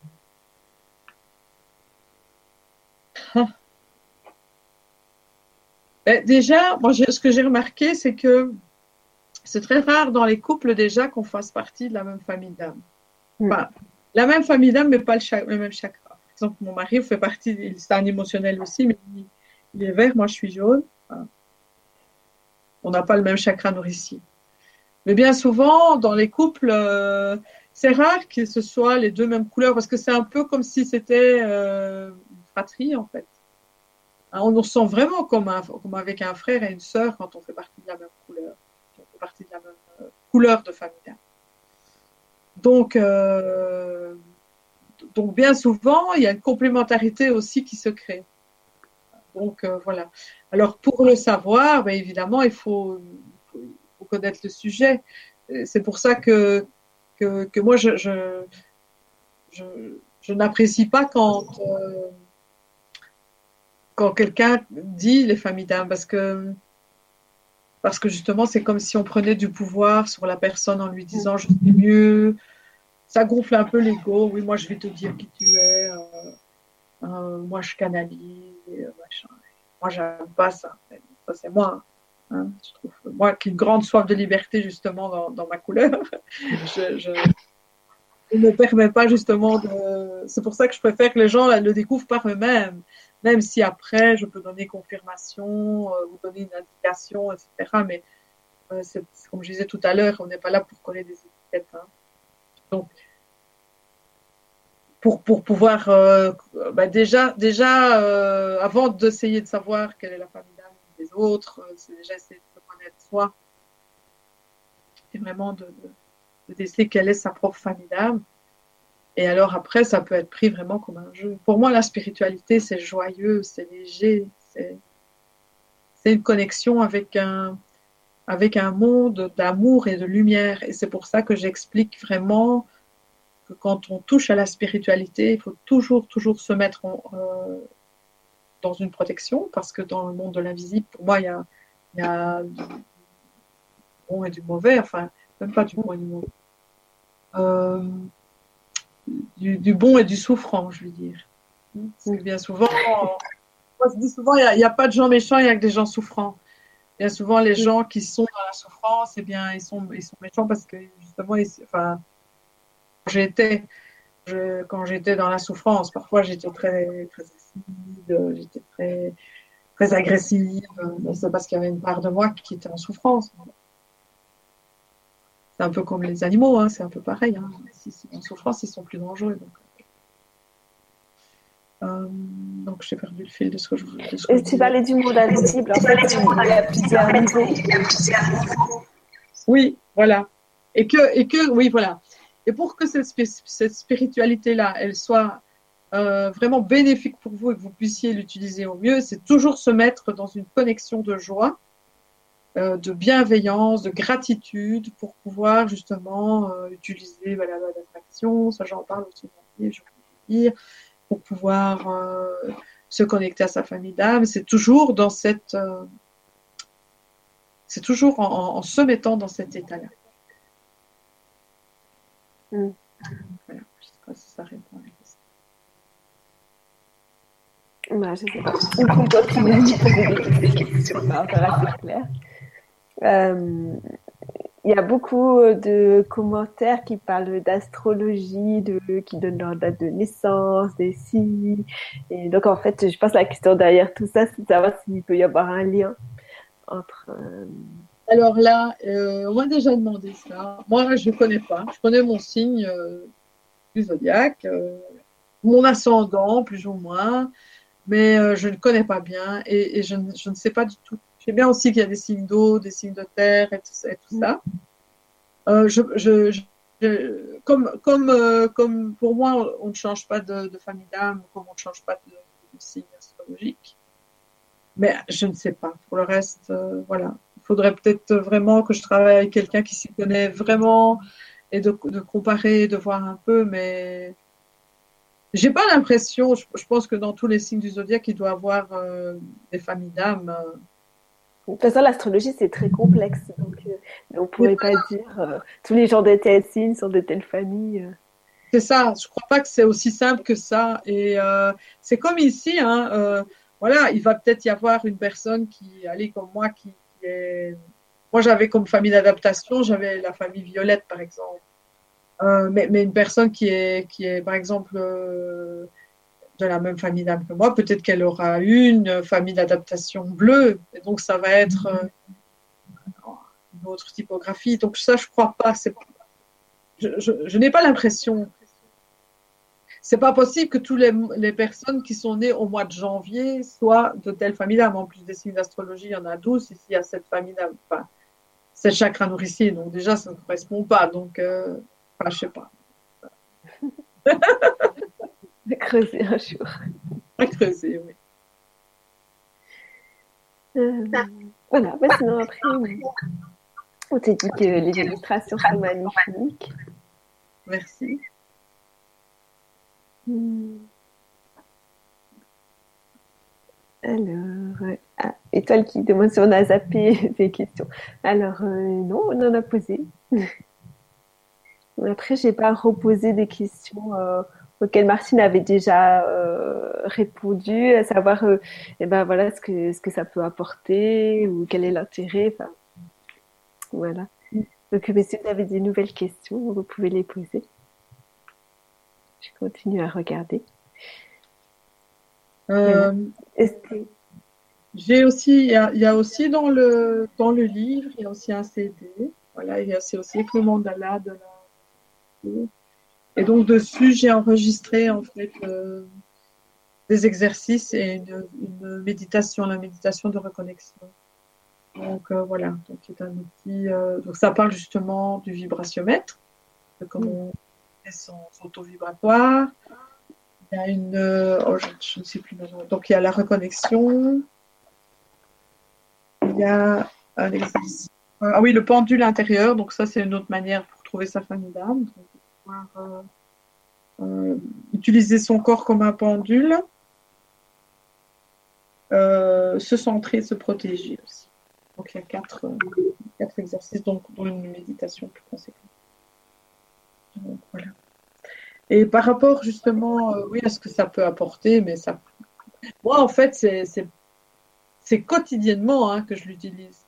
Ben, déjà, moi, ce que j'ai remarqué, c'est que c'est très rare dans les couples déjà qu'on fasse partie de la même famille d'âme. Mm. Enfin, la même famille d'âme, mais pas le, le même chakra. Par exemple, mon mari fait partie, c'est un émotionnel aussi, mais il, il est vert, moi je suis jaune. Enfin, on n'a pas le même chakra nourricier. Mais bien souvent, dans les couples, euh, c'est rare que ce soit les deux mêmes couleurs, parce que c'est un peu comme si c'était euh, une fratrie, en fait. Hein, on nous ressent vraiment comme, un, comme avec un frère et une sœur quand on fait partie de la même couleur, quand on fait partie de la même euh, couleur de famille. Donc, euh, donc, bien souvent, il y a une complémentarité aussi qui se crée. Donc, euh, voilà. Alors, pour le savoir, ben, évidemment, il faut, il faut connaître le sujet. C'est pour ça que, que, que moi, je, je, je, je n'apprécie pas quand, euh, quand quelqu'un dit les familles d'âme, parce que, parce que justement, c'est comme si on prenait du pouvoir sur la personne en lui Mm. disant je sais mieux. Ça gonfle un peu l'ego. Oui, moi, je vais te dire qui tu es. Euh, euh, moi, je canalise. Et, euh, machin. Moi, j'aime pas ça. Ça, c'est moi. Hein, je trouve. Moi, qui ai une grande soif de liberté, justement, dans, dans ma couleur, je, je, je ne me permets pas, justement, de. C'est pour ça que je préfère que les gens là, le découvrent par eux-mêmes. Même si après, je peux donner confirmation, euh, vous donner une indication, et cetera. Mais euh, c'est, c'est comme je disais tout à l'heure, on n'est pas là pour coller des étiquettes. Hein. Donc, pour, pour pouvoir euh, bah déjà, déjà euh, avant d'essayer de savoir quelle est la famille d'âme des autres, euh, c'est déjà essayer de se connaître soi et vraiment de, de, de déceler quelle est sa propre famille d'âme. Et alors après, ça peut être pris vraiment comme un jeu. Pour moi, la spiritualité, c'est joyeux, c'est léger, c'est, c'est une connexion avec un, avec un monde d'amour et de lumière. Et c'est pour ça que j'explique vraiment que quand on touche à la spiritualité, il faut toujours, toujours se mettre en, euh, dans une protection, parce que dans le monde de l'invisible, pour moi, il y a, il y a du bon et du mauvais, enfin, même pas du bon et du mauvais. Euh, du, du bon et du souffrant, je veux dire. Parce que bien souvent, moi je dis souvent, il n'y a, a, pas de gens méchants, il n'y a que des gens souffrants. Bien souvent, les gens qui sont dans la souffrance, eh bien, ils sont, ils sont méchants parce que justement, ils, enfin, j'étais, je, quand j'étais dans la souffrance, parfois j'étais très, très acide, j'étais très, très agressive, mais c'est parce qu'il y avait une part de moi qui était en souffrance. C'est un peu comme les animaux, hein, c'est un peu pareil. Hein. S'ils sont en souffrance, ils sont plus dangereux. Donc, euh, donc j'ai perdu le fil de ce que je, de ce que Et je tu disais. parlais du monde invisible. En fait, il y a plusieurs niveaux. Oui, voilà. Et que, et que, oui, voilà. Et pour que cette, cette spiritualité-là, elle soit euh, vraiment bénéfique pour vous et que vous puissiez l'utiliser au mieux, c'est toujours se mettre dans une connexion de joie, euh, de bienveillance, de gratitude pour pouvoir justement euh, utiliser bah, la loi d'attraction, ça j'en parle aussi dans le livre, je peux dire, pour pouvoir euh, se connecter à sa famille d'âme. C'est toujours dans cette, euh, C'est toujours en, en, en se mettant dans cet état-là. Mm. Voilà, je ne sais pas si ça répond à la question. Bah, je sais pas. On peut continuer à me poser des questions, c'est pas encore assez clair. Euh, Il y a beaucoup de commentaires qui parlent d'astrologie, de, qui donnent leur date de naissance, des signes. Et donc, en fait, je pense que la question derrière tout ça, c'est de savoir s'il peut y avoir un lien entre... Euh... Alors là, euh, on m'a déjà demandé ça. Moi, je ne connais pas. Je connais mon signe euh, du zodiaque, euh, mon ascendant, plus ou moins, mais euh, je ne connais pas bien et, et je, ne, je ne sais pas du tout. Je sais bien aussi qu'il y a des signes d'eau, des signes de terre et tout ça. Et tout ça. Euh, je, je, je, comme, comme, euh, comme pour moi, on ne change pas de, de famille d'âme, comme on ne change pas de, de signe astrologique. Mais je ne sais pas. Pour le reste, euh, voilà. Il faudrait peut-être vraiment que je travaille avec quelqu'un qui s'y connaît vraiment et de, de comparer, de voir un peu, mais j'ai pas l'impression, je, je pense que dans tous les signes du zodiaque, il doit y avoir euh, des familles d'âmes. Euh, De toute façon, l'astrologie, c'est très complexe. Donc, euh, on ne pourrait pas dire euh, tous les gens de tel signe sont de telle famille. Euh. C'est ça, je crois pas que c'est aussi simple que ça. Et euh, c'est comme ici, hein, euh, voilà, il va peut-être y avoir une personne qui, allez, comme moi, qui, qui est. Moi, j'avais comme famille d'adaptation, j'avais la famille Violette, par exemple. Euh, mais, mais une personne qui est, qui est par exemple, euh, de la même famille d'âme que moi, peut-être qu'elle aura une famille d'adaptation bleue. Et donc, ça va être euh, une autre typographie. Donc, ça, je crois pas. C'est, je, je, je n'ai pas l'impression. C'est pas possible que toutes les, les personnes qui sont nées au mois de janvier soient de telle famille d'âme. En plus des signes d'astrologie, il y en a douze. Ici, il y a sept familles d'âme. Enfin, sept chakras nourriciers. Donc, déjà, ça ne correspond pas. Donc, euh, enfin, je sais pas. À creuser un jour. À creuser, oui. Euh, voilà, bah, sinon après, on t'a dit que les illustrations sont magnifiques. Merci. Hmm. Alors, ah, Étoile qui demande si on a zappé des questions. Alors, euh, non, on en a posé. Après, j'ai pas reposé des questions euh, auxquelles Martine avait déjà euh, répondu, à savoir, euh, eh ben voilà, ce que ce que ça peut apporter ou quel est l'intérêt. Enfin, voilà. Donc, mais si vous avez des nouvelles questions, vous pouvez les poser. Je continue à regarder. Euh, Est-ce que... J'ai aussi, il y, a, il y a aussi dans le, dans le livre, il y a aussi un C D. Voilà, il y a c'est aussi le mandala de la. Et donc dessus, j'ai enregistré en fait euh, des exercices et une, une méditation, la méditation de reconnexion. Donc euh, voilà, donc c'est un outil. Euh, donc ça parle justement du vibratiomètre, de comment on fait son, son taux vibratoire. Il y a une, euh, oh, je, je ne sais plus maintenant. Donc il y a la reconnexion. Il y a un exercice. Ah oui, le pendule intérieur. Donc ça, c'est une autre manière pour trouver sa famille d'âme. Donc, pouvoir euh, euh, utiliser son corps comme un pendule. Euh, se centrer, se protéger aussi. Donc il y a quatre, euh, quatre exercices, donc pour une méditation plus conséquente. Donc voilà. Et par rapport justement, euh, oui, à ce que ça peut apporter, mais ça. Moi, en fait, c'est, c'est, c'est quotidiennement hein, que je l'utilise.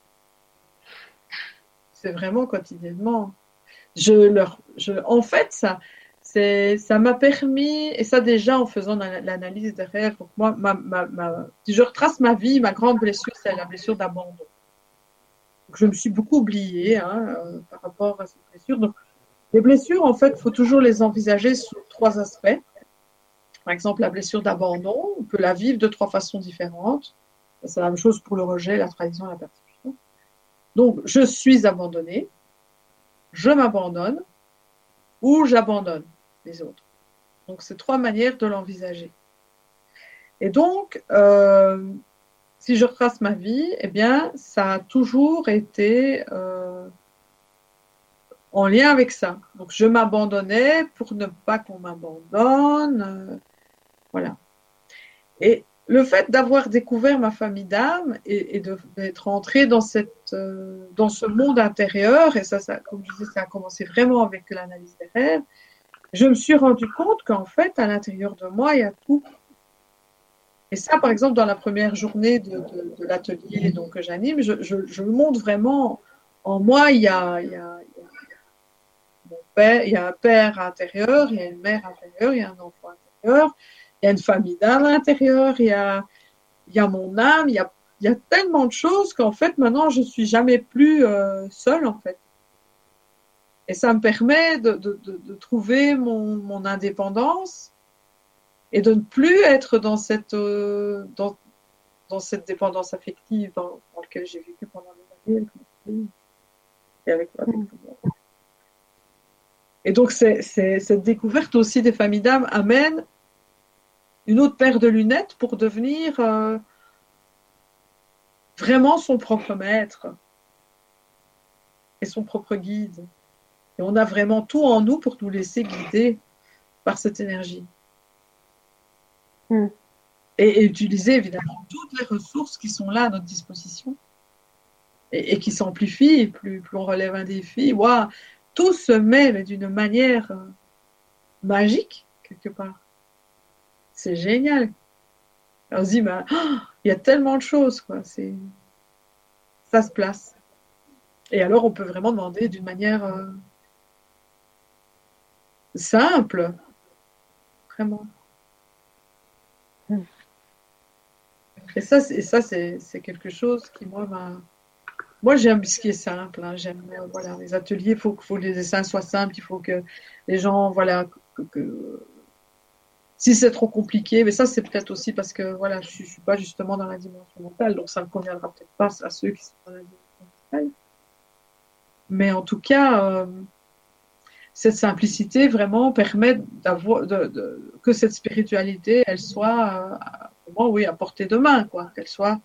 C'est vraiment quotidiennement. Je leur, je, en fait, ça, c'est, ça m'a permis, et ça déjà en faisant l'analyse derrière, donc moi, ma, ma, ma, si je retrace ma vie, ma grande blessure, c'est la blessure d'abandon. Donc, je me suis beaucoup oubliée hein, euh, par rapport à cette blessure. Donc, les blessures, en fait, il faut toujours les envisager sous trois aspects. Par exemple, la blessure d'abandon, on peut la vivre de trois façons différentes. C'est la même chose pour le rejet, la trahison, la persécution. Donc, je suis abandonnée, je m'abandonne ou j'abandonne les autres. Donc, c'est trois manières de l'envisager. Et donc, euh, si je retrace ma vie, eh bien, ça a toujours été euh, en lien avec ça. Donc, je m'abandonnais pour ne pas qu'on m'abandonne. Euh, voilà. Et le fait d'avoir découvert ma famille d'âme et, et de, d'être entrée dans, cette, euh, dans ce monde intérieur, et ça, ça, comme je disais, ça a commencé vraiment avec l'analyse des rêves, je me suis rendu compte qu'en fait, à l'intérieur de moi, il y a tout. Et ça, par exemple, dans la première journée de, de, de l'atelier donc, que j'anime, je, je, je le montre vraiment. En moi, il y a, il y a, il y a mon père, il y a un père intérieur, il y a une mère intérieure, il y a un enfant intérieur, il y a une famille d'âme intérieure, il y a, il y a mon âme, il y a, il y a tellement de choses qu'en fait, maintenant, je ne suis jamais plus euh, seule, en fait. Et ça me permet de, de, de, de trouver mon, mon indépendance et de ne plus être dans cette, euh, dans, dans cette dépendance affective dans, dans laquelle j'ai vécu pendant des années avec mon fils et avec, avec tout le monde. Et donc, c'est, c'est, cette découverte aussi des familles d'âme amène une autre paire de lunettes pour devenir euh, vraiment son propre maître et son propre guide. Et on a vraiment tout en nous pour nous laisser guider par cette énergie. Mm. Et, et utiliser évidemment toutes les ressources qui sont là à notre disposition et, et qui s'amplifient. Plus, plus on relève un défi, waouh, tout se met mais d'une manière euh, magique quelque part. C'est génial. On se dit, bah, oh, il y a tellement de choses, quoi. C'est... Ça se place. Et alors, on peut vraiment demander d'une manière euh, simple. Vraiment. Et ça, c'est, ça, c'est, c'est quelque chose qui, moi, m'a... Moi, j'aime ce qui est simple. Hein. J'aime, euh, voilà, les ateliers, il faut que les dessins soient simples, il faut que les gens, voilà, que... que... Si c'est trop compliqué, mais ça, c'est peut-être aussi parce que, voilà, je ne suis pas justement dans la dimension mentale, donc ça ne conviendra peut-être pas à ceux qui sont dans la dimension mentale. Mais en tout cas, euh, cette simplicité vraiment permet d'avoir, de, de, que cette spiritualité, elle soit, euh, moi, oui, à portée de main, quoi, qu'elle soit.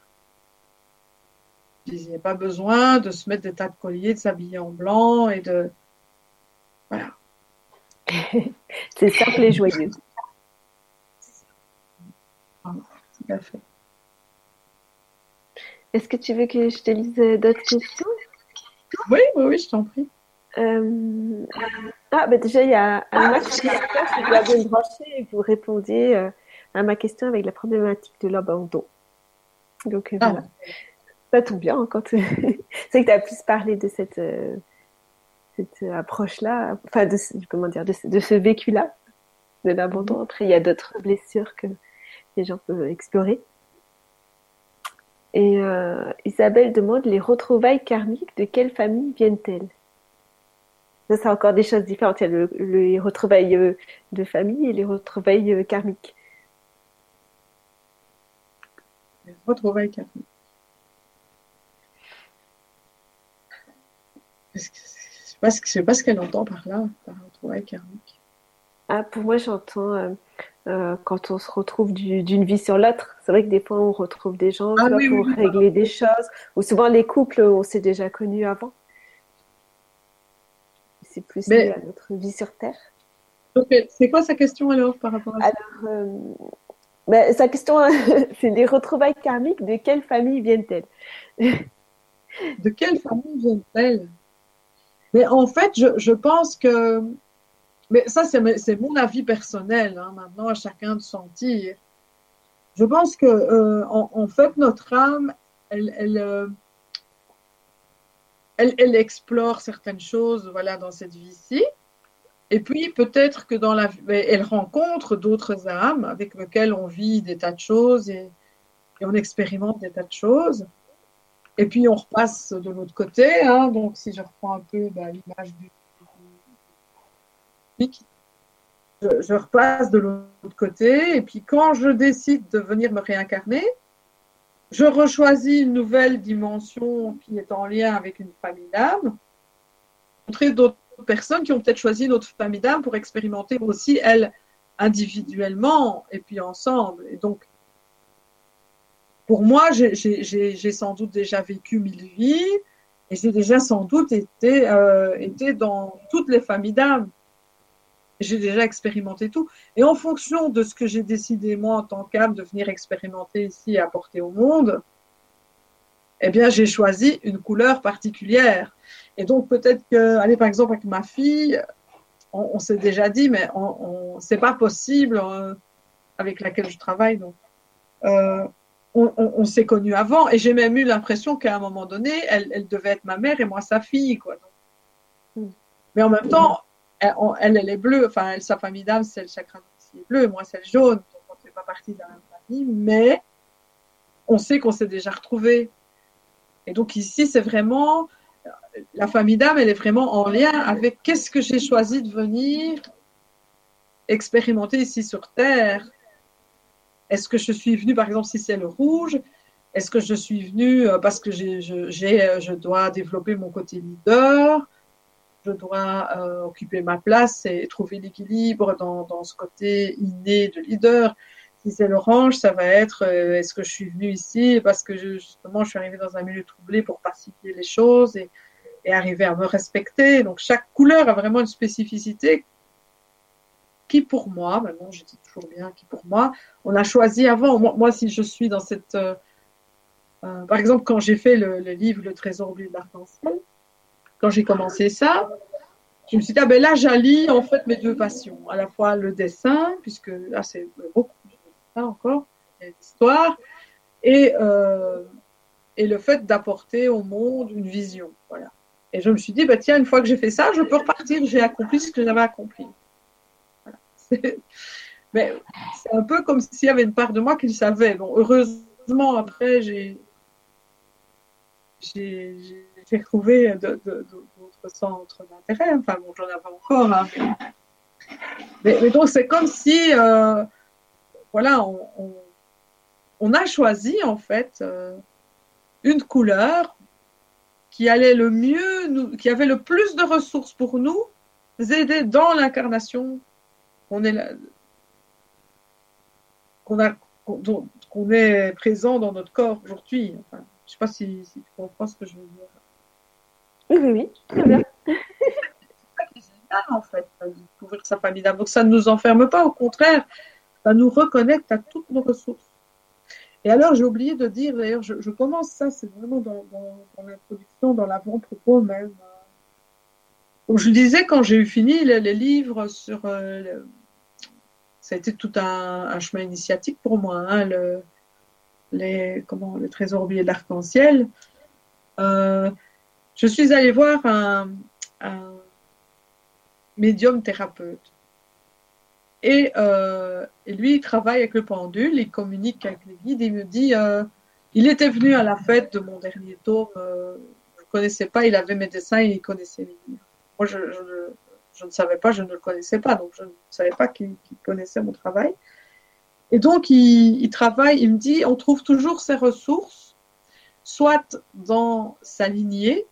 Il n'y a pas besoin de se mettre des tas de colliers, de s'habiller en blanc et de. Voilà. C'est simple et joyeux. Tout à fait. Est-ce que tu veux que je te lise d'autres questions? Oui, oui, oui, je t'en prie. Euh... Ah, bah déjà, il y a un match qui je dois bien brancher et vous répondiez euh, à ma question avec la problématique de l'abandon. Donc, euh, ah. voilà. Ça tombe bien, hein, quand tu... c'est que tu as pu parler de cette, euh, cette approche-là, enfin, de, comment dire, de, de ce vécu-là, de l'abandon. Mm-hmm. Après, il y a d'autres blessures que les gens peuvent explorer. Et euh, Isabelle demande, les retrouvailles karmiques, de quelle famille viennent-elles? Ça, c'est encore des choses différentes. Il y a le, le, les retrouvailles de famille et les retrouvailles karmiques. Les retrouvailles karmiques. Je ne sais pas ce qu'elle entend par là, par retrouvailles karmiques. Ah, pour moi, j'entends euh, euh, quand on se retrouve du, d'une vie sur l'autre. C'est vrai que des fois, on retrouve des gens ah, oui, pour oui, régler oui. des choses. Ou souvent, les couples, on s'est déjà connus avant. C'est plus Mais... lié à notre vie sur Terre. Okay. C'est quoi sa question alors par rapport à ça? Alors, euh, ben, sa question, c'est les retrouvailles karmiques, de quelle famille viennent-elles? De quelle famille viennent-elles? Mais en fait, je, je pense que... Mais ça, c'est, c'est mon avis personnel. Hein, maintenant, à chacun de sentir. Je pense que, euh, en, en fait, notre âme, elle, elle, euh, elle, elle explore certaines choses, voilà, dans cette vie-ci. Et puis, peut-être que dans la, elle rencontre d'autres âmes avec lesquelles on vit des tas de choses et, et on expérimente des tas de choses. Et puis, on repasse de l'autre côté. Hein, donc, si je reprends un peu bah, l'image du Je, je repasse de l'autre côté, et puis quand je décide de venir me réincarner, je rechoisis une nouvelle dimension qui est en lien avec une famille d'âme, rencontrer d'autres personnes qui ont peut-être choisi notre famille d'âme pour expérimenter aussi, elles, individuellement, et puis ensemble. Et donc, pour moi, j'ai, j'ai, j'ai, j'ai sans doute déjà vécu mille vies, et j'ai déjà sans doute été, euh, été dans toutes les familles d'âme. j'ai déjà expérimenté tout. Et en fonction de ce que j'ai décidé, moi, en tant qu'âme, de venir expérimenter ici et apporter au monde, eh bien, j'ai choisi une couleur particulière. Et donc, peut-être que, allez, par exemple, avec ma fille, on, on s'est déjà dit, mais on, on, c'est pas possible, euh, avec laquelle je travaille, donc, euh, on, on, on s'est connus avant, et j'ai même eu l'impression qu'à un moment donné, elle, elle devait être ma mère et moi sa fille, quoi. Donc, mais en même temps, elle, elle, elle est bleue, enfin, elle, sa famille d'âme, c'est le chakra est bleu, moi c'est le jaune, donc on ne fait pas partie de la même famille, mais on sait qu'on s'est déjà retrouvés. Et donc ici, c'est vraiment, la famille d'âme, elle est vraiment en lien avec qu'est-ce que j'ai choisi de venir expérimenter ici sur Terre. Est-ce que je suis venue, par exemple, si c'est le rouge, est-ce que je suis venue parce que j'ai, je, j'ai, je dois développer mon côté leader, je dois euh, occuper ma place et trouver l'équilibre dans, dans ce côté inné de leader. Si c'est l'orange, ça va être euh, est-ce que je suis venue ici parce que je, justement je suis arrivée dans un milieu troublé pour pacifier les choses et, et arriver à me respecter. Donc chaque couleur a vraiment une spécificité qui pour moi, maintenant je dis toujours bien qui pour moi, on a choisi avant. Moi, moi si je suis dans cette... Euh, euh, par exemple, quand j'ai fait le, le livre Le Trésor oublié de l'arc-en-ciel, quand j'ai commencé ça, je me suis dit, ah ben là, j'allie en fait mes deux passions. À la fois le dessin, puisque là, c'est beaucoup de dessin encore, l'histoire, et, euh, et le fait d'apporter au monde une vision. Voilà. Et je me suis dit, bah, tiens, une fois que j'ai fait ça, je peux repartir, j'ai accompli ce que j'avais accompli. Voilà. C'est... Mais c'est un peu comme s'il y avait une part de moi qui le savait. Bon, heureusement, après, j'ai, j'ai, j'ai retrouvé de, de, de, d'autres centres d'intérêt. Enfin, bon, j'en avais encore. Hein. Mais, mais donc, c'est comme si, euh, voilà, on, on, on a choisi, en fait, euh, une couleur qui allait le mieux, nous, qui avait le plus de ressources pour nous aider dans l'incarnation qu'on est, là, qu'on a, qu'on, qu'on est présent dans notre corps aujourd'hui. Enfin, je ne sais pas si, si tu comprends ce que je veux dire. Oui, oui, oui, très bien. C'est ça qui est génial, en fait, de découvrir sa famille d'âme. Donc, ça ne nous enferme pas, au contraire, ça nous reconnecte à toutes nos ressources. Et alors, j'ai oublié de dire, d'ailleurs, je, je commence ça, c'est vraiment dans, dans, dans l'introduction, dans l'avant-propos même. Donc, je disais, quand j'ai eu fini les, les livres sur... Euh, le, ça a été tout un, un chemin initiatique pour moi, hein, le, les, comment, le trésor oublié de l'arc-en-ciel. Euh, je suis allée voir un, un médium thérapeute. Et, euh, et lui, il travaille avec le pendule, il communique avec les guides, il me dit, euh, il était venu à la fête de mon dernier tome, euh, je ne connaissais pas, il avait mes dessins, il connaissait mes livres. Moi, je, je, je ne savais pas, je ne le connaissais pas, donc je ne savais pas qu'il, qu'il connaissait mon travail. Et donc, il, il travaille, il me dit, on trouve toujours ses ressources, soit dans sa lignée,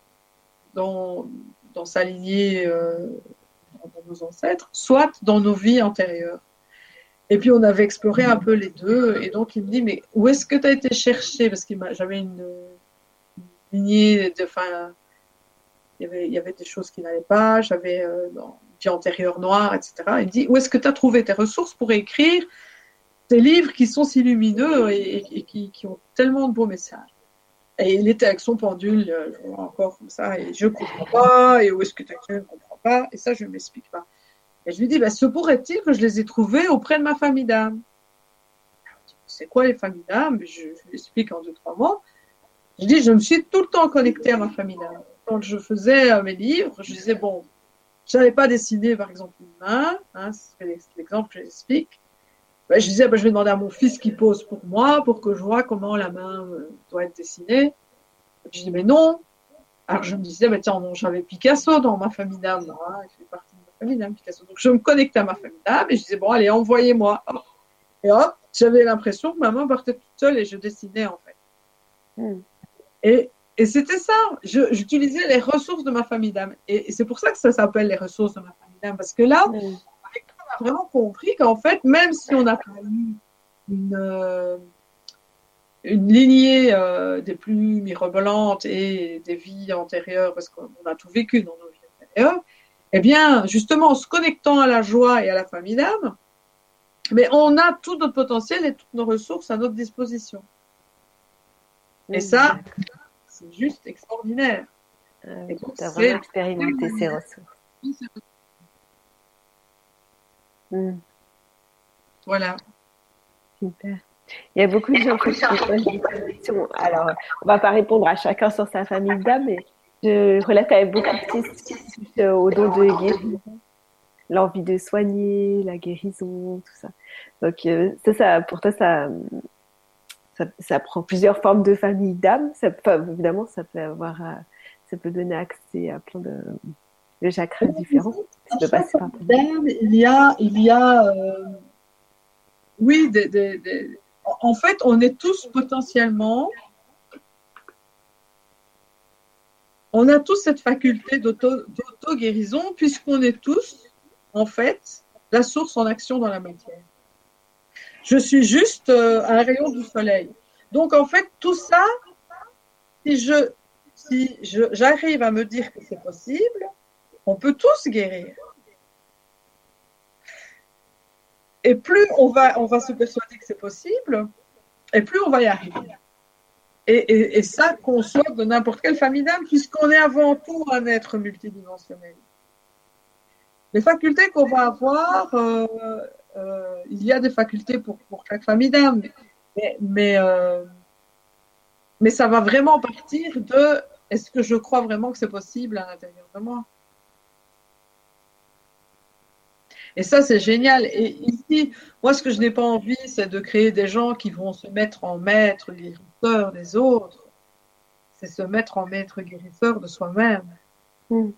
dans, dans sa lignée... Euh, dans nos ancêtres, soit dans nos vies antérieures. Et puis on avait exploré un peu les deux, et donc il me dit, mais où est-ce que tu as été chercher? Parce que j'avais une, une lignée de, enfin, il y avait, il y avait des choses qui n'allaient pas, j'avais euh, une vie antérieure noire, et cetera. Il me dit, où est-ce que tu as trouvé tes ressources pour écrire des livres qui sont si lumineux et, et, et qui, qui ont tellement de beaux messages? Et il était avec son pendule, euh, encore comme ça, et je ne comprends pas, et où est-ce que tu as écrit, je ne comprends pas, et ça, je ne m'explique pas. Et je lui dis, bah, se pourrait-il que je les ai trouvés auprès de ma famille d'âme? C'est quoi les familles d'âme? Je, je lui explique en deux, trois mots. Je dis, je me suis tout le temps connectée à ma famille d'âme. Quand je faisais euh, mes livres, je disais, bon, je n'avais pas dessiné, par exemple, une main, hein, c'est l'exemple que j'explique. Ben, je disais, ben, je vais demander à mon fils qu'il pose pour moi, pour que je vois comment la main euh, doit être dessinée. Et je dis, mais non. Alors je me disais, ben, tiens, non, j'avais Picasso dans ma famille d'âme. Hein, il fait partie de ma famille d'âme, Picasso. Donc je me connectais à ma famille d'âme et je disais, bon, allez, envoyez-moi. Et hop, j'avais l'impression que ma main partait toute seule et je dessinais, en fait. Mm. Et, et c'était ça. Je, j'utilisais les ressources de ma famille d'âme. Et, et c'est pour ça que ça s'appelle les ressources de ma famille d'âme. Parce que là, mm. on a vraiment compris qu'en fait, même si on n'a pas eu une, euh, une lignée euh, des plus mirobolantes et des vies antérieures, parce qu'on a tout vécu dans nos vies antérieures, Eh bien, justement, en se connectant à la joie et à la famille d'âme, mais on a tout notre potentiel et toutes nos ressources à notre disposition. Et ça, c'est juste extraordinaire. Euh, tu as vraiment expérimenté ces ressources. Mm. Voilà. Super. Il y a beaucoup de gens qui se posent des questions. Alors, on ne va pas répondre à chacun sur sa famille d'âme, mais je relève quand même beaucoup de questions au don de guérison, l'envie de soigner, la guérison, tout ça. Donc, euh, ça, ça, pour toi, ça, ça, ça prend plusieurs formes de famille d'âme. Ça, enfin, évidemment, ça peut avoir, euh, ça peut donner accès à plein de, de chakras différents. À chaque famille d'âme, il y a, il y a, euh, oui, des, des, des... en fait, on est tous potentiellement, on a tous cette faculté d'auto, d'auto-guérison, puisqu'on est tous, en fait, la source en action dans la matière. Je suis juste euh, un rayon du soleil. Donc, en fait, tout ça, si je, si je, j'arrive à me dire que c'est possible, on peut tous guérir. Et plus on va, on va se persuader que c'est possible, et plus on va y arriver. Et, et, et ça, qu'on soit de n'importe quelle famille d'âme, puisqu'on est avant tout un être multidimensionnel. Les facultés qu'on va avoir, euh, euh, il y a des facultés pour, pour chaque famille d'âme, mais, mais, euh, mais ça va vraiment partir de est-ce que je crois vraiment que c'est possible à l'intérieur de moi? Et ça, c'est génial. Et ici, moi, ce que je n'ai pas envie, c'est de créer des gens qui vont se mettre en maître guérisseur des autres. C'est se mettre en maître guérisseur de soi-même. Mm.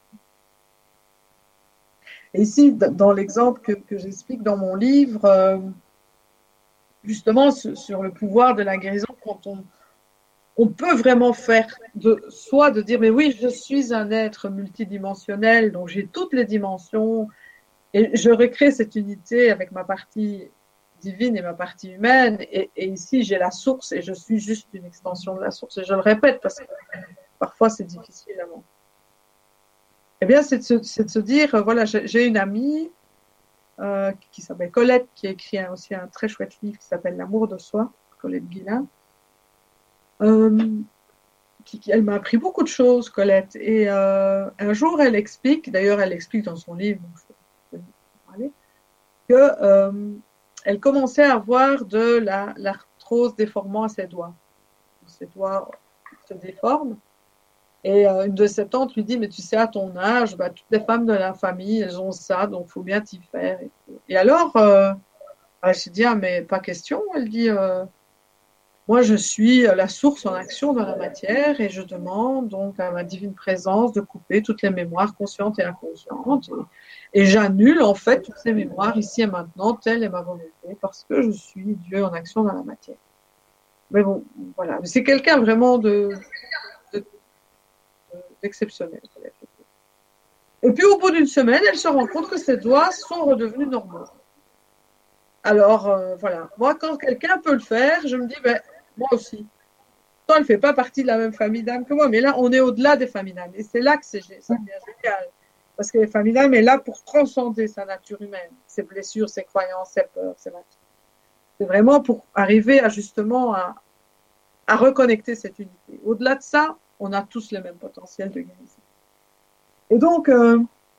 Et ici, dans l'exemple que, que j'explique dans mon livre, euh, justement, sur, sur le pouvoir de la guérison, quand on, on peut vraiment faire de soi, de dire, mais oui, je suis un être multidimensionnel, donc j'ai toutes les dimensions, et je recrée cette unité avec ma partie divine et ma partie humaine. Et, et ici, j'ai la source et je suis juste une extension de la source. Et je le répète parce que parfois, c'est difficile à moi. Eh bien, c'est de se, c'est de se dire, voilà, j'ai une amie euh, qui s'appelle Colette, qui a écrit un, aussi un très chouette livre qui s'appelle L'amour de soi, Colette Guillain. Euh, qui, qui, elle m'a appris beaucoup de choses, Colette. Et euh, un jour, elle explique, d'ailleurs, elle explique dans son livre, donc que euh, elle commençait à avoir de la, l'arthrose déformant à ses doigts. Ses doigts se déforment. Et euh, une de ses tantes lui dit, mais tu sais, à ton âge, bah, toutes les femmes de la famille, elles ont ça, donc il faut bien t'y faire. Et, et alors, euh, elle s'est dit, ah, mais pas question. Elle dit, euh, moi, je suis la source en action dans la matière et je demande donc à ma divine présence de couper toutes les mémoires conscientes et inconscientes. Et, et j'annule en fait toutes ces mémoires ici et maintenant, telle est ma volonté, parce que je suis Dieu en action dans la matière. Mais bon, voilà. C'est quelqu'un vraiment de, de, de, d'exceptionnel. Et puis au bout d'une semaine, elle se rend compte que ses doigts sont redevenus normaux. Alors, euh, voilà. Moi, quand quelqu'un peut le faire, je me dis, ben, moi aussi. Elle ne fait pas partie de la même famille d'âme que moi, mais là, on est au-delà des familles d'âme. Et c'est là que c'est, ça devient génial. Parce que les familles d'âme est là pour transcender sa nature humaine, ses blessures, ses croyances, ses peurs, ses matières. C'est vraiment pour arriver à justement à, à reconnecter cette unité. Au-delà de ça, on a tous le même potentiel de guérison. Et donc, euh,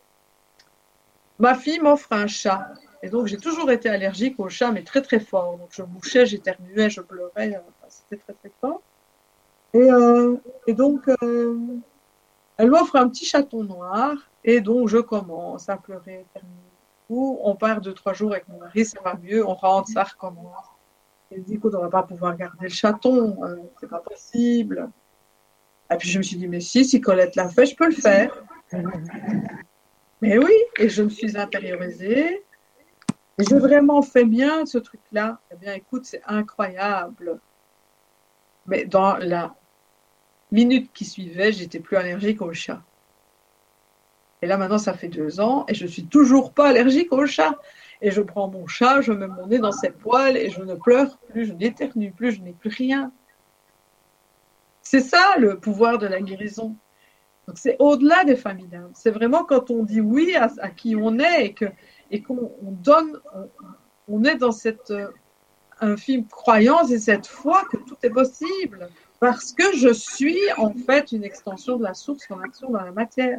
ma fille m'offre un chat. Et donc, j'ai toujours été allergique au chat, mais très, très fort. Donc, je mouchais, j'éternuais, je pleurais. Enfin, c'était très, très fort. Et, euh, et donc, euh, elle m'offre un petit chaton noir. Et donc, je commence à pleurer, éternuer. Ou on part deux, trois jours avec mon mari, ça va mieux. On rentre, ça recommence. Elle dit, écoute, on ne va pas pouvoir garder le chaton. Euh, c'est pas possible. Et puis, je me suis dit, mais si, si Colette l'a fait, je peux le faire. Mais oui, et je me suis intériorisée. Et j'ai vraiment fait bien ce truc-là. Eh bien, écoute, c'est incroyable. Mais dans la minute qui suivait, j'étais plus allergique au chat. Et là, maintenant, ça fait deux ans et je suis toujours pas allergique au chat. Et je prends mon chat, je mets mon nez dans ses poils et je ne pleure plus, je n'éternue plus, je n'ai plus rien. C'est ça le pouvoir de la guérison. Donc c'est au-delà des familles d'âme. C'est vraiment quand on dit oui à, à qui on est et que et qu'on on donne, on, on est dans cette euh, infime croyance et cette foi que tout est possible parce que je suis en fait une extension de la source en action dans la matière.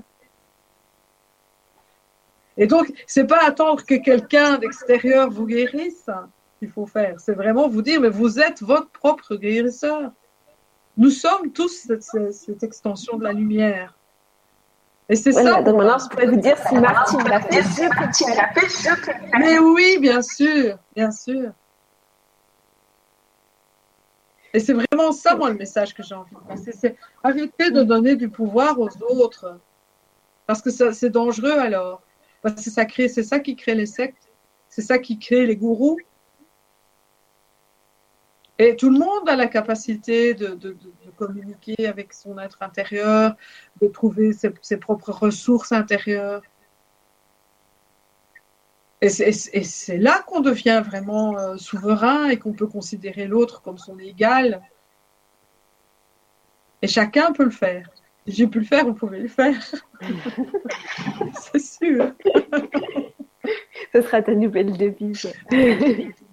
Et donc c'est pas attendre que quelqu'un d'extérieur vous guérisse qu'il faut faire. C'est vraiment vous dire mais vous êtes votre propre guérisseur. Nous sommes tous cette, cette, cette extension de la lumière. Et c'est voilà, ça. Donc maintenant, je pourrais vous dire si Martine l'a fait, je peux l'a fait, je peux. Mais oui, bien sûr, bien sûr. Et c'est vraiment ça, moi, le message que j'ai envie de passer. C'est arrêter de donner du pouvoir aux autres. Parce que ça, c'est dangereux alors. Parce que ça crée, c'est ça qui crée les sectes. C'est ça qui crée les gourous. Et tout le monde a la capacité de, de, de, de communiquer avec son être intérieur, de trouver ses, ses propres ressources intérieures. Et c'est, et c'est là qu'on devient vraiment euh, souverain et qu'on peut considérer l'autre comme son égal. Et chacun peut le faire. Si j'ai pu le faire, vous pouvez le faire. C'est sûr. Ce sera ta nouvelle devise. Comment ?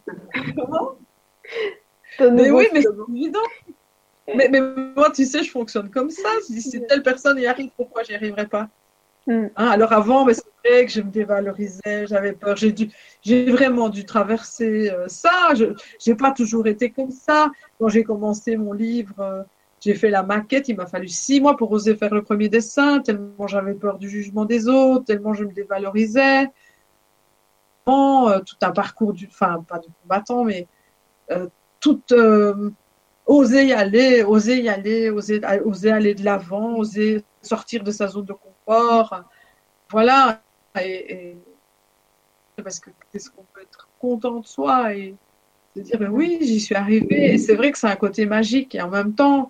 Mais oui, mais c'est évident. Mais, mais moi, tu sais, je fonctionne comme ça. Je dis, si telle personne y arrive, pourquoi j'y arriverai pas ? Mm. Hein, alors avant, mais c'est vrai que je me dévalorisais, j'avais peur. J'ai dû, j'ai vraiment dû traverser euh, ça. Je n'ai pas toujours été comme ça. Quand j'ai commencé mon livre, euh, j'ai fait la maquette. Il m'a fallu six mois pour oser faire le premier dessin, tellement j'avais peur du jugement des autres, tellement je me dévalorisais. Euh, tout un parcours, du, enfin pas du combattant, mais euh, tout euh, oser y aller, oser y aller, oser, oser aller de l'avant, oser sortir de sa zone de confort. Voilà. Et, et parce que qu'est-ce qu'on peut être content de soi et se dire ben oui, j'y suis arrivée. Et c'est vrai que c'est un côté magique et en même temps,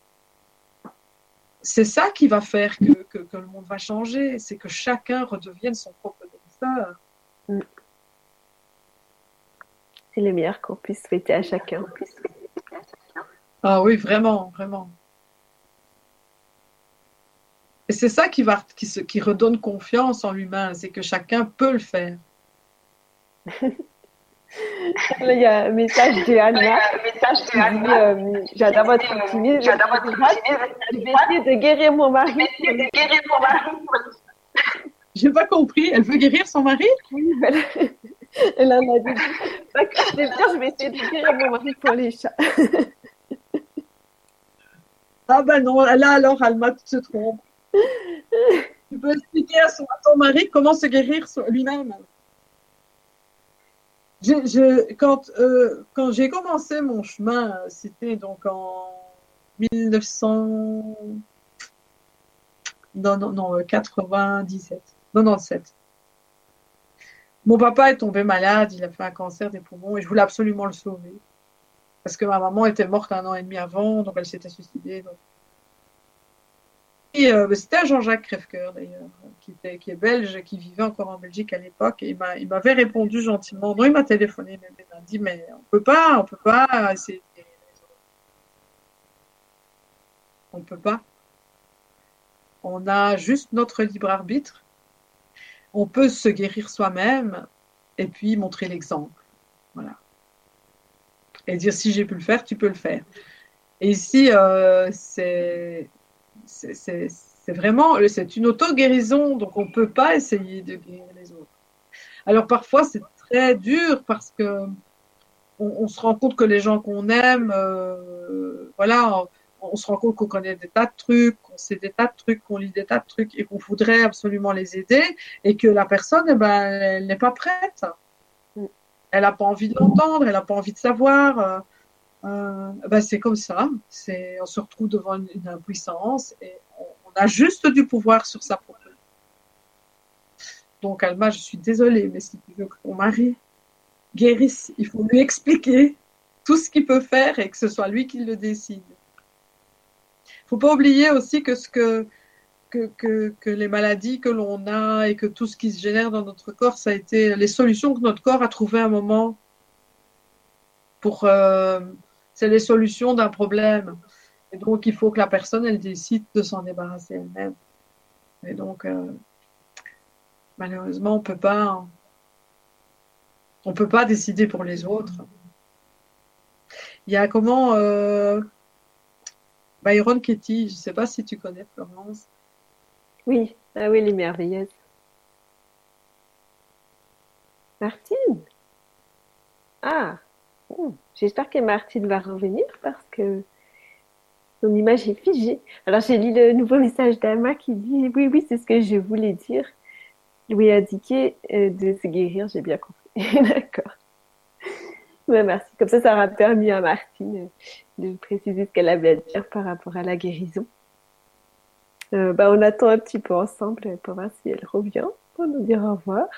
c'est ça qui va faire que, que, que le monde va changer. C'est que chacun redevienne son propre guérisseur. Mm. C'est le meilleur qu'on puisse souhaiter à chacun. Ah oui, vraiment, vraiment. Et c'est ça qui, va, qui, se, qui redonne confiance en l'humain, c'est que chacun peut le faire. Là, il y a un message de Anna qui dit euh, « J'adore votre optimisme, j'adore votre optimisme, je vais essayer de guérir mon mari. » J'ai pas compris, elle veut guérir son mari ? Oui, voilà. Elle en a dit « Je vais dire, je vais essayer de guérir mon mari pour les chats. » Ah ben non, là alors Alma, tu te trompes. Tu peux expliquer à, son, à ton mari comment se guérir lui-même. Je, je, quand, euh, quand j'ai commencé mon chemin, c'était donc en mille neuf cents... Non, non, non, quatre-vingt-dix-sept, quatre-vingt-dix-sept. Mon papa est tombé malade, il a fait un cancer des poumons et je voulais absolument le sauver. Parce que ma maman était morte un an et demi avant, donc elle s'était suicidée. Donc. Et, euh, c'était un Jean-Jacques Crèvecoeur d'ailleurs, qui, était, qui est belge, qui vivait encore en Belgique à l'époque. Et il, m'a, il m'avait répondu gentiment. Non, il m'a téléphoné, mais il m'a dit, mais on peut pas, on peut pas essayer de guérir les autres. On peut pas. On a juste notre libre arbitre. On peut se guérir soi-même et puis montrer l'exemple. Voilà. Et dire, si j'ai pu le faire, tu peux le faire. Et ici, euh, c'est... C'est, c'est, c'est vraiment, c'est une auto-guérison, donc on ne peut pas essayer de guérir les autres. Alors parfois c'est très dur parce que on, on se rend compte que les gens qu'on aime, euh, voilà, on, on se rend compte qu'on connaît des tas de trucs, qu'on sait des tas de trucs, qu'on lit des tas de trucs et qu'on voudrait absolument les aider et que la personne, eh ben, elle n'est pas prête. Elle n'a pas envie de l'entendre, elle n'a pas envie de savoir. Euh, Euh, ben c'est comme ça, c'est, on se retrouve devant une, une impuissance et on, on a juste du pouvoir sur sa propre vie. Donc Alma, je suis désolée, mais si tu veux que ton mari guérisse, il faut lui expliquer tout ce qu'il peut faire et que ce soit lui qui le décide. Il ne faut pas oublier aussi que, ce que, que, que, que les maladies que l'on a et que tout ce qui se génère dans notre corps, ça a été les solutions que notre corps a trouvées à un moment pour... Euh, c'est les solutions d'un problème. Et donc, il faut que la personne, elle décide de s'en débarrasser elle-même. Et donc, euh, malheureusement, on peut pas, on peut pas décider pour les autres. Il y a comment euh, Byron Katie, je ne sais pas si tu connais Florence. Oui, ah oui, elle est merveilleuse. Martine? Ah, hmm. J'espère que Martine va revenir parce que son image est figée. Alors, j'ai lu le nouveau message d'Alma qui dit, oui, oui, c'est ce que je voulais dire. Lui indiquer euh, de se guérir, j'ai bien compris. D'accord. Ouais, merci. Comme ça, ça aura permis à Martine euh, de préciser ce qu'elle avait à dire par rapport à la guérison. Euh, bah, on attend un petit peu ensemble pour voir si elle revient pour nous dire au revoir.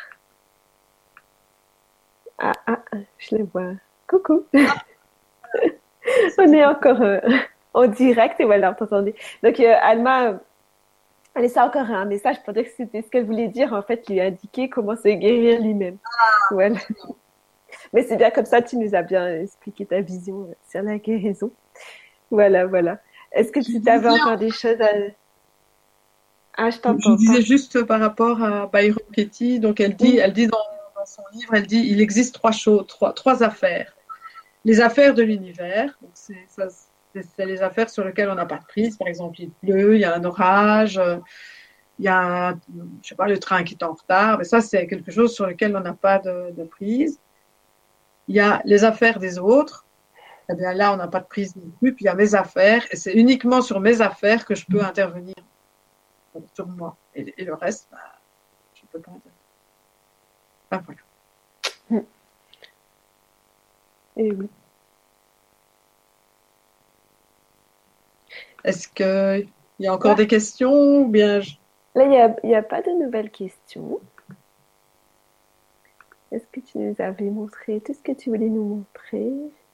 Ah, ah, je la vois. Coucou. On est encore euh, en direct et voilà, vous entendez. Donc, euh, Alma a laissé encore un message pour dire que c'était ce qu'elle voulait dire, en fait, lui indiquer comment se guérir lui-même. Voilà. Mais c'est bien comme ça, tu nous as bien expliqué ta vision euh, sur la guérison. Voilà, voilà. Est-ce que tu avais encore des choses à... Ah, je Je t'entends disais pas. juste par rapport à Byron Katie, donc elle dit, Oui. elle dit dans, dans son livre, elle dit, il existe trois choses, trois, trois affaires. Les affaires de l'univers, donc c'est, ça, c'est, c'est les affaires sur lesquelles on n'a pas de prise. Par exemple, il pleut, il y a un orage, euh, il y a, un, je sais pas, le train qui est en retard. Mais ça, c'est quelque chose sur lequel on n'a pas de, de prise. Il y a les affaires des autres. Eh bien là, on n'a pas de prise non plus. Puis il y a mes affaires, et c'est uniquement sur mes affaires que je peux intervenir sur moi. Et, et le reste, bah, je ne peux pas intervenir. Ben, voilà. Et oui. Est-ce qu'il y a encore ouais. des questions ou bien je... Là, il n'y a, y a pas de nouvelles questions. Est-ce que tu nous avais montré tout ce que tu voulais nous montrer?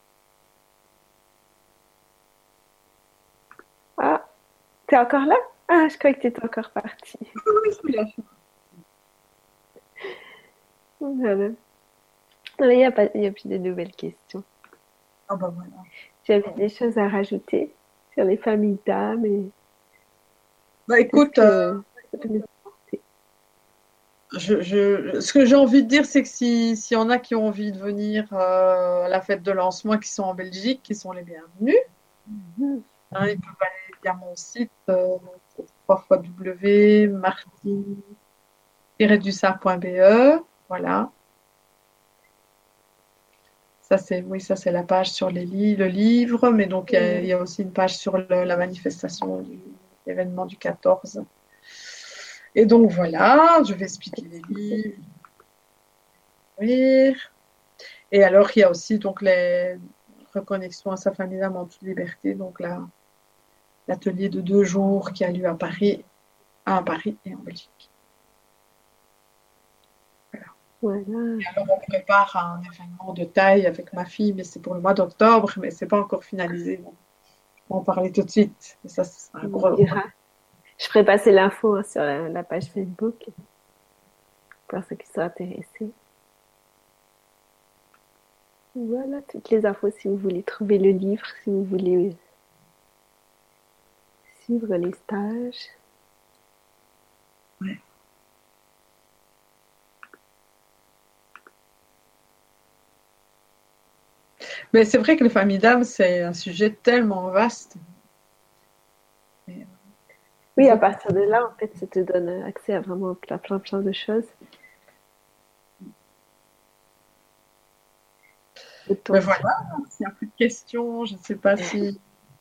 Ah, t'es encore là? Ah, je croyais que t'étais encore partie. Oui, je suis là. Voilà. Non, il n'y a, pas, y a plus de nouvelles questions. Ah ben voilà. Tu avais des choses à rajouter sur les familles d'âmes et... Bah écoute, que... euh, je, je, ce que j'ai envie de dire, c'est que si, s'il y en a qui ont envie de venir euh, à la fête de lancement, qui sont en Belgique, qui sont les bienvenus. Mm-hmm. Hein, ils peuvent aller via mon site euh, w w w point martine tiret dussart point b e. Voilà. Ça c'est, oui, ça c'est la page sur les li- le livre, mais donc il y, y a aussi une page sur le, la manifestation du l'événement du quatorze. Et donc voilà, je vais expliquer les livres. Oui. Et alors il y a aussi donc les reconnexions à sa famille d'âme en toute liberté, donc là, l'atelier de deux jours qui a lieu à Paris, à Paris et en Belgique. Voilà. Et alors on prépare un événement de taille avec ma fille, mais c'est pour le mois d'octobre, mais c'est pas encore finalisé. Donc on va en parler tout de suite. Et ça, c'est un gros. Je ferai passer l'info hein, sur la, la page Facebook pour ceux qui sont intéressés. Voilà toutes les infos si vous voulez trouver le livre, si vous voulez suivre les stages. Ouais. Mais c'est vrai que les familles d'âmes, c'est un sujet tellement vaste. Mais, oui, à partir de là, en fait, ça te donne accès à vraiment plein, plein, plein de choses. Mais voilà, s'il n'y a plus de questions, je ne sais pas si...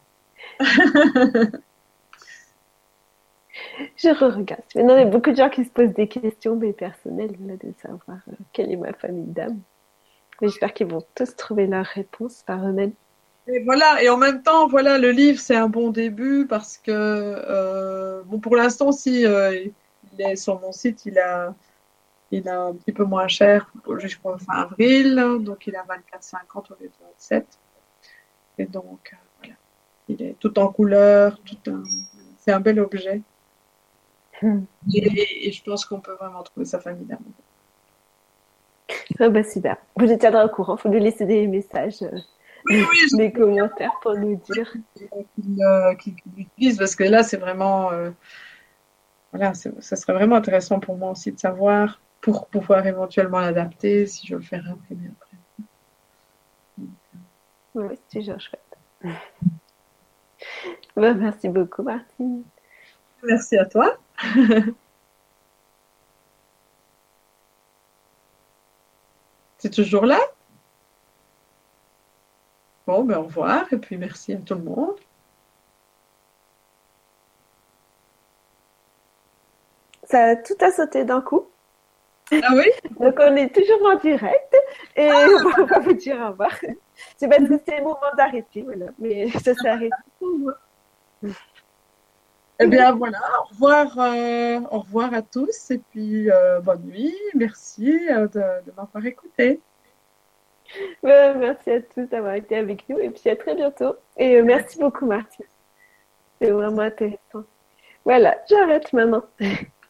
Je re-regarde. Maintenant, il y a beaucoup de gens qui se posent des questions, mais personnelles, là, de savoir euh, quelle est ma famille d'âme. Mais j'espère qu'ils vont tous trouver leur réponse par eux-mêmes. Et voilà, et en même temps, voilà, le livre, c'est un bon début parce que, euh, bon, pour l'instant, si euh, il est sur mon site, il a, il a un petit peu moins cher jusqu'au fin avril, donc il a vingt-quatre cinquante au lieu de vingt-sept. Et donc, euh, voilà, il est tout en couleur, tout un, c'est un bel objet. Hmm. Et, et je pense qu'on peut vraiment trouver sa famille d'âme. Ah bah super. Vous les tiendrez au courant. Il faut nous laisser des messages, euh, oui, des, oui, des commentaires pour nous dire. Qu'il euh, qu qu l'utilise parce que là, c'est vraiment. Euh, voilà, ce serait vraiment intéressant pour moi aussi de savoir pour pouvoir éventuellement l'adapter si je veux le faire imprimer après. Oui, c'est toujours chouette. Ben, merci beaucoup, Martine. Merci à toi. Tu es toujours là? Bon, ben au revoir et puis merci à tout le monde. Ça a tout a sauté d'un coup. Ah oui? Donc, on est toujours en direct et on va vous dire au revoir. C'est parce que c'est le moment d'arrêter, voilà. Mais ça s'est arrêté pour moi. Eh bien voilà, au revoir, euh, au revoir à tous et puis euh, bonne nuit. Merci euh, de, de m'avoir écouté. Ben, merci à tous d'avoir été avec nous et puis à très bientôt. Et euh, merci beaucoup, Martine. C'est vraiment intéressant. Voilà, j'arrête maintenant.